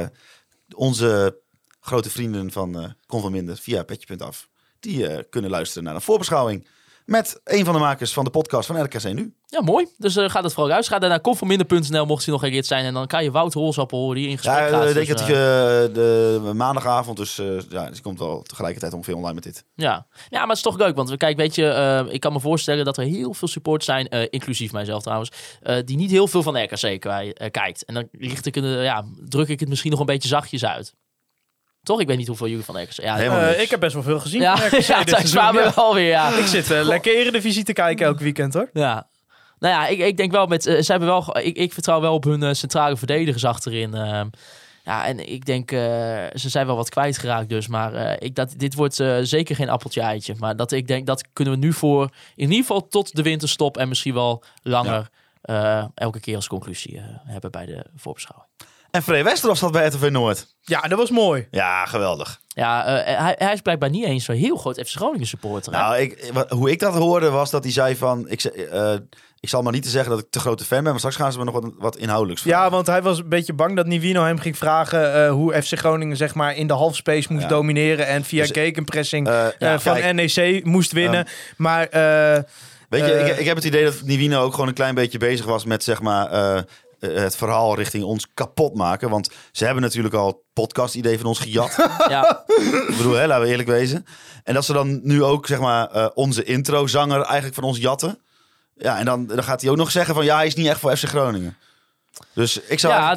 onze grote vrienden van Kon van Minder via Petje.af, die kunnen luisteren naar een voorbeschouwing met een van de makers van de podcast van RKC nu. Ja, mooi. Dus gaat het vooral uit. Ga naar konvanminder.nl mocht hij nog gereerd zijn. En dan kan je Wout Holsappel horen die in gesprek gaat. Ik denk dat de maandagavond, dus die komt wel tegelijkertijd ongeveer online met dit. Ja, maar het is toch leuk. Want kijk, weet je, ik kan me voorstellen dat er heel veel supporters zijn, inclusief mijzelf trouwens, die niet heel veel van RKC kijkt. En dan druk ik het misschien nog een beetje zachtjes uit. Toch? Ik weet niet hoeveel jullie van RKC... ik heb best wel veel gezien van RKC. We wel weer, ja. Ik zit lekker Eredivisie te kijken elk weekend, hoor. Ja. Nou ja, ik denk wel met... Zij hebben wel, ik vertrouw wel op hun centrale verdedigers achterin. En ik denk... ze zijn wel wat kwijtgeraakt dus. Maar dit wordt zeker geen appeltje-eitje. Maar ik denk dat kunnen we nu voor... In ieder geval tot de winterstop en misschien wel langer... elke keer als conclusie hebben bij de voorbeschouwing. En Free Westerhof zat bij RTV Noord. Ja, dat was mooi. Ja, geweldig. Ja, hij is blijkbaar niet eens zo'n heel groot FC Groningen supporter. Hè? Nou, hoe ik dat hoorde was dat hij zei van... Ik zal maar niet te zeggen dat ik te grote fan ben, maar straks gaan ze me nog wat inhoudelijks vragen. Ja, want hij was een beetje bang dat Nivino hem ging vragen hoe FC Groningen zeg maar in de halfspace moest domineren en via gegenpressing van NEC moest winnen. Maar... weet je, ik heb het idee dat Nivino ook gewoon een klein beetje bezig was met zeg maar... het verhaal richting ons kapot maken. Want ze hebben natuurlijk al het podcast-idee van ons gejat. Ja. Ik bedoel, laten we eerlijk wezen. En dat ze dan nu ook, zeg maar, onze introzanger eigenlijk van ons jatten. Ja, en dan gaat hij ook nog zeggen van... ja, hij is niet echt voor FC Groningen. Dus ik zou...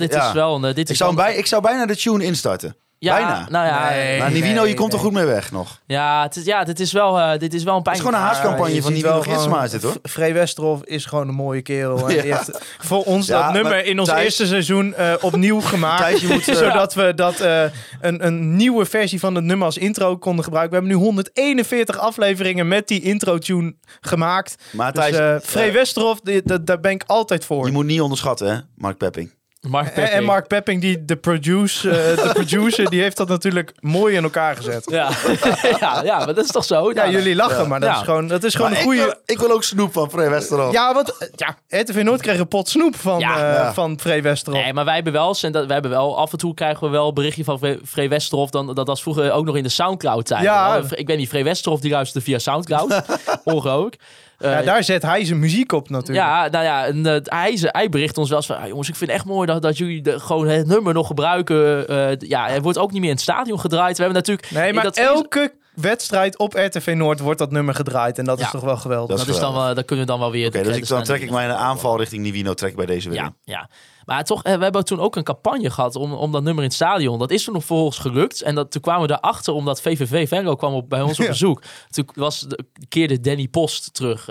Ik zou bijna de tune instarten. Ja, bijna. Nou ja, maar Nivino, je komt er goed mee weg nog. Ja, dit is wel een pijn. Het is gewoon een haascampagne van Nivino Gidsma, is dit, hoor. Free Westerhof is gewoon een mooie kerel. Ja. Die heeft voor ons dat nummer in ons eerste seizoen opnieuw gemaakt. Zodat we een nieuwe versie van het nummer als intro konden gebruiken. We hebben nu 141 afleveringen met die intro-tune gemaakt. Maar dus Free Westerhof, daar ben ik altijd voor. Je moet niet onderschatten, hè, Mark Pepping. En Mark Pepping, die de producer, die heeft dat natuurlijk mooi in elkaar gezet. Ja, maar dat is toch zo? Ja, jullie lachen, maar dat is gewoon een goede... Ik wil ook snoep van Free Westerhof. Ja, want RTV Noord kreeg een pot snoep van Free Westerhof. Nee, maar wij hebben wel af en toe krijgen we wel een berichtje van Free Westerhof. Dat was vroeger ook nog in de Soundcloud-tijd. Ja. Ik weet niet, Free Westerhof die luisterde via Soundcloud. Ongelooflijk. Daar zet hij zijn muziek op natuurlijk. Ja, nou ja, hij bericht ons wel eens van... jongens, ik vind het echt mooi dat jullie gewoon het nummer nog gebruiken. Het wordt ook niet meer in het stadion gedraaid. We hebben natuurlijk... Nee, maar elke wedstrijd op RTV Noord wordt dat nummer gedraaid. En dat is toch wel geweldig. Dat kunnen we dan wel weer... Dus dan trek ik mijn aanval richting Nivino bij deze winning. Ja. Maar toch, we hebben toen ook een campagne gehad om dat nummer in het stadion. Dat is toen nog volgens gelukt. En toen kwamen we daarachter omdat VVV Venlo kwam bij ons op bezoek. Toen keerde Danny Post terug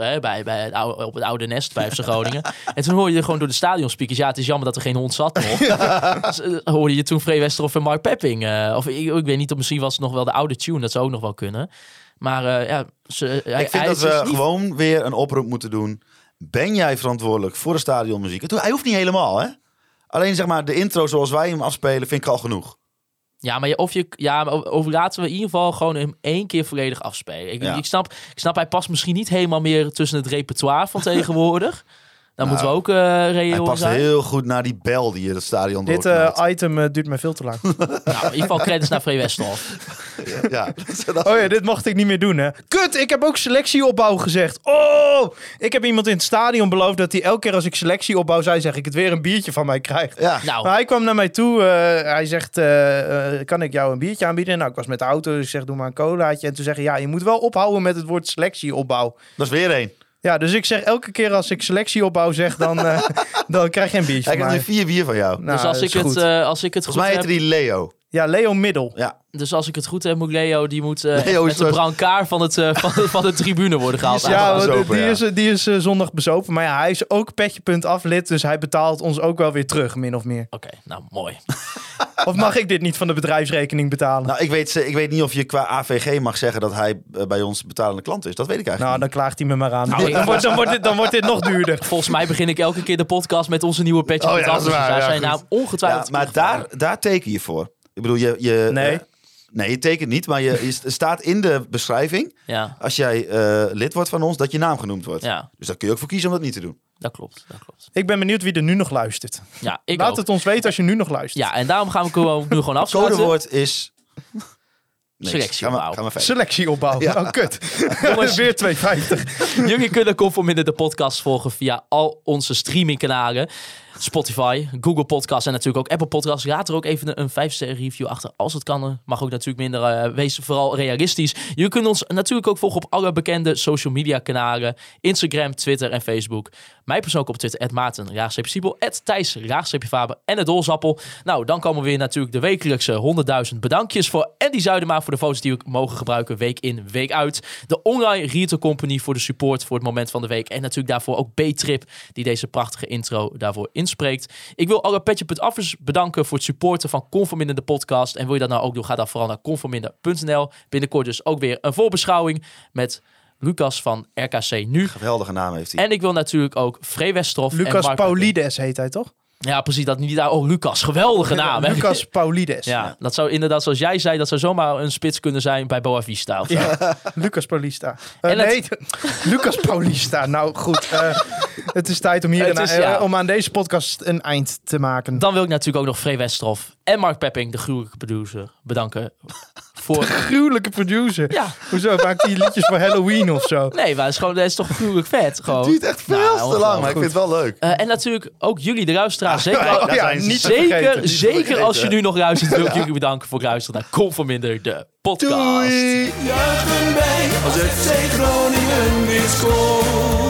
op het oude nest bij FC Groningen. En toen hoorde je gewoon door de stadionspeakers... ja, het is jammer dat er geen hond zat nog. Dus, hoorde je toen Free Westerhof en Mark Pepping. Ik weet niet of misschien was het nog wel de oude tune. Dat zou ook nog wel kunnen. Maar ik vind dat we gewoon weer een oproep moeten doen. Ben jij verantwoordelijk voor de stadionmuziek? Hij hoeft niet helemaal, hè? Alleen zeg maar de intro zoals wij hem afspelen vind ik al genoeg. Ja, maar laten we in ieder geval gewoon hem 1 keer volledig afspelen. Ik snap, hij past misschien niet helemaal meer tussen het repertoire van tegenwoordig. Dan moeten we ook reëel zijn. Hij past heel goed naar die bel die je het stadion doorknalt. Dit item duurt mij veel te lang. In ieder geval credits naar Free Westerhof. Ja. Oh ja, dit mocht ik niet meer doen, hè. Kut, ik heb ook selectieopbouw gezegd. Oh, ik heb iemand in het stadion beloofd dat hij elke keer als ik selectieopbouw zei, zeg ik het weer een biertje van mij krijgt. Ja. Nou. Maar hij kwam naar mij toe. Hij zegt, kan ik jou een biertje aanbieden? Nou, ik was met de auto, dus ik zeg, doe maar een colaatje. En toen zeg je, ja, je moet wel ophouden met het woord selectieopbouw. Dat is weer één. Ja, dus ik zeg elke keer als ik selectieopbouw zeg, dan krijg je een biertje Hij van krijgt nu mij. 4 bier van jou. Nou, Dus als ik het Volgens goed mij heb... heette die Leo. Ja, Leo Middel. Ja. Dus als ik het goed heb, moet Leo met is de brancard van de tribune worden gehaald. Ja, bezopen, die is zondag bezopen. Maar ja, hij is ook petje.af lid, dus hij betaalt ons ook wel weer terug, min of meer. Oké, nou mooi. Of mag ik dit niet van de bedrijfsrekening betalen? Nou, ik weet niet of je qua AVG mag zeggen dat hij bij ons betalende klant is. Dat weet ik eigenlijk Nou, dan klaagt hij me maar aan. Nou, Dan wordt dit nog duurder. Volgens mij begin ik elke keer de podcast met onze nieuwe petje. Oh ja, dat is waar, daar ja, zijn goed. nou ongetwijfeld... niet. Maar daar teken je voor. Ik bedoel, Nee. Nee, je tekent niet, maar je staat in de beschrijving, Ja, als jij lid wordt van ons, dat je naam genoemd wordt. ja, Dus daar kun je ook voor kiezen om dat niet te doen. dat klopt. Ik ben benieuwd wie er nu nog luistert. Ja, ik Laat ook. het ons weten als je nu nog luistert. Ja, en daarom gaan we nu gewoon afsluiten. Codewoord is... niks. Selectieopbouw. Gaan we verder. Selectieopbouw. Ja. Oh, kut. Jongens. Weer 2,50. Jullie kunnen Conforminder de podcast volgen via al onze streamingkanalen. Spotify, Google Podcasts en natuurlijk ook Apple Podcasts. Laat er ook even een 5-sterren review achter als het kan. Mag ook natuurlijk minder. Wees vooral realistisch. Jullie kunnen ons natuurlijk ook volgen op alle bekende social media kanalen. Instagram, Twitter en Facebook. Mij persoonlijk op Twitter, @Maarten_Siebel, @Thijs_Faber en het Dolzappel. Nou, dan komen weer natuurlijk de wekelijkse 100.000 bedankjes voor Andy Zuidema voor de foto's die we mogen gebruiken week in, week uit. De online Retail Company voor de support voor het moment van de week. En natuurlijk daarvoor ook B-Trip die deze prachtige intro daarvoor inspreekt. Ik wil alle Petje.affers bedanken voor het supporten van Conforminder de podcast. En wil je dat nou ook doen, ga dan vooral naar conforminder.nl. Binnenkort dus ook weer een voorbeschouwing met Lucas van RKC Nu. Geweldige naam heeft hij. En ik wil natuurlijk ook Free Westerhof en Lucas Mark Paulides heet hij, toch? Ja, precies. Dat niet daar. Oh, Lucas. Geweldige naam. hè? Lucas Paulides. Ja, dat zou inderdaad, zoals jij zei, dat zou zomaar een spits kunnen zijn bij Boavista. Of zo. Ja, Lucas Paulista. En Nee, Lucas Paulista. Nou goed, het is tijd om, om aan deze podcast een eind te maken. Dan wil ik natuurlijk ook nog Free Westerhof en Mark Pepping, de gruwelijke producer, bedanken. Voor... Gruwelijke producer? Ja. Hoezo? Maakt hij liedjes voor Halloween of zo? Nee, maar het is toch gruwelijk vet. Gewoon. Het duurt echt veel te lang, maar ik vind het wel leuk. En natuurlijk ook jullie, de luisteraars. Zeker, zeker als je nu nog luistert, wil ik jullie bedanken voor het luisteren naar Conforminder, de podcast. Juichen wij als FC Groningen weer scoort.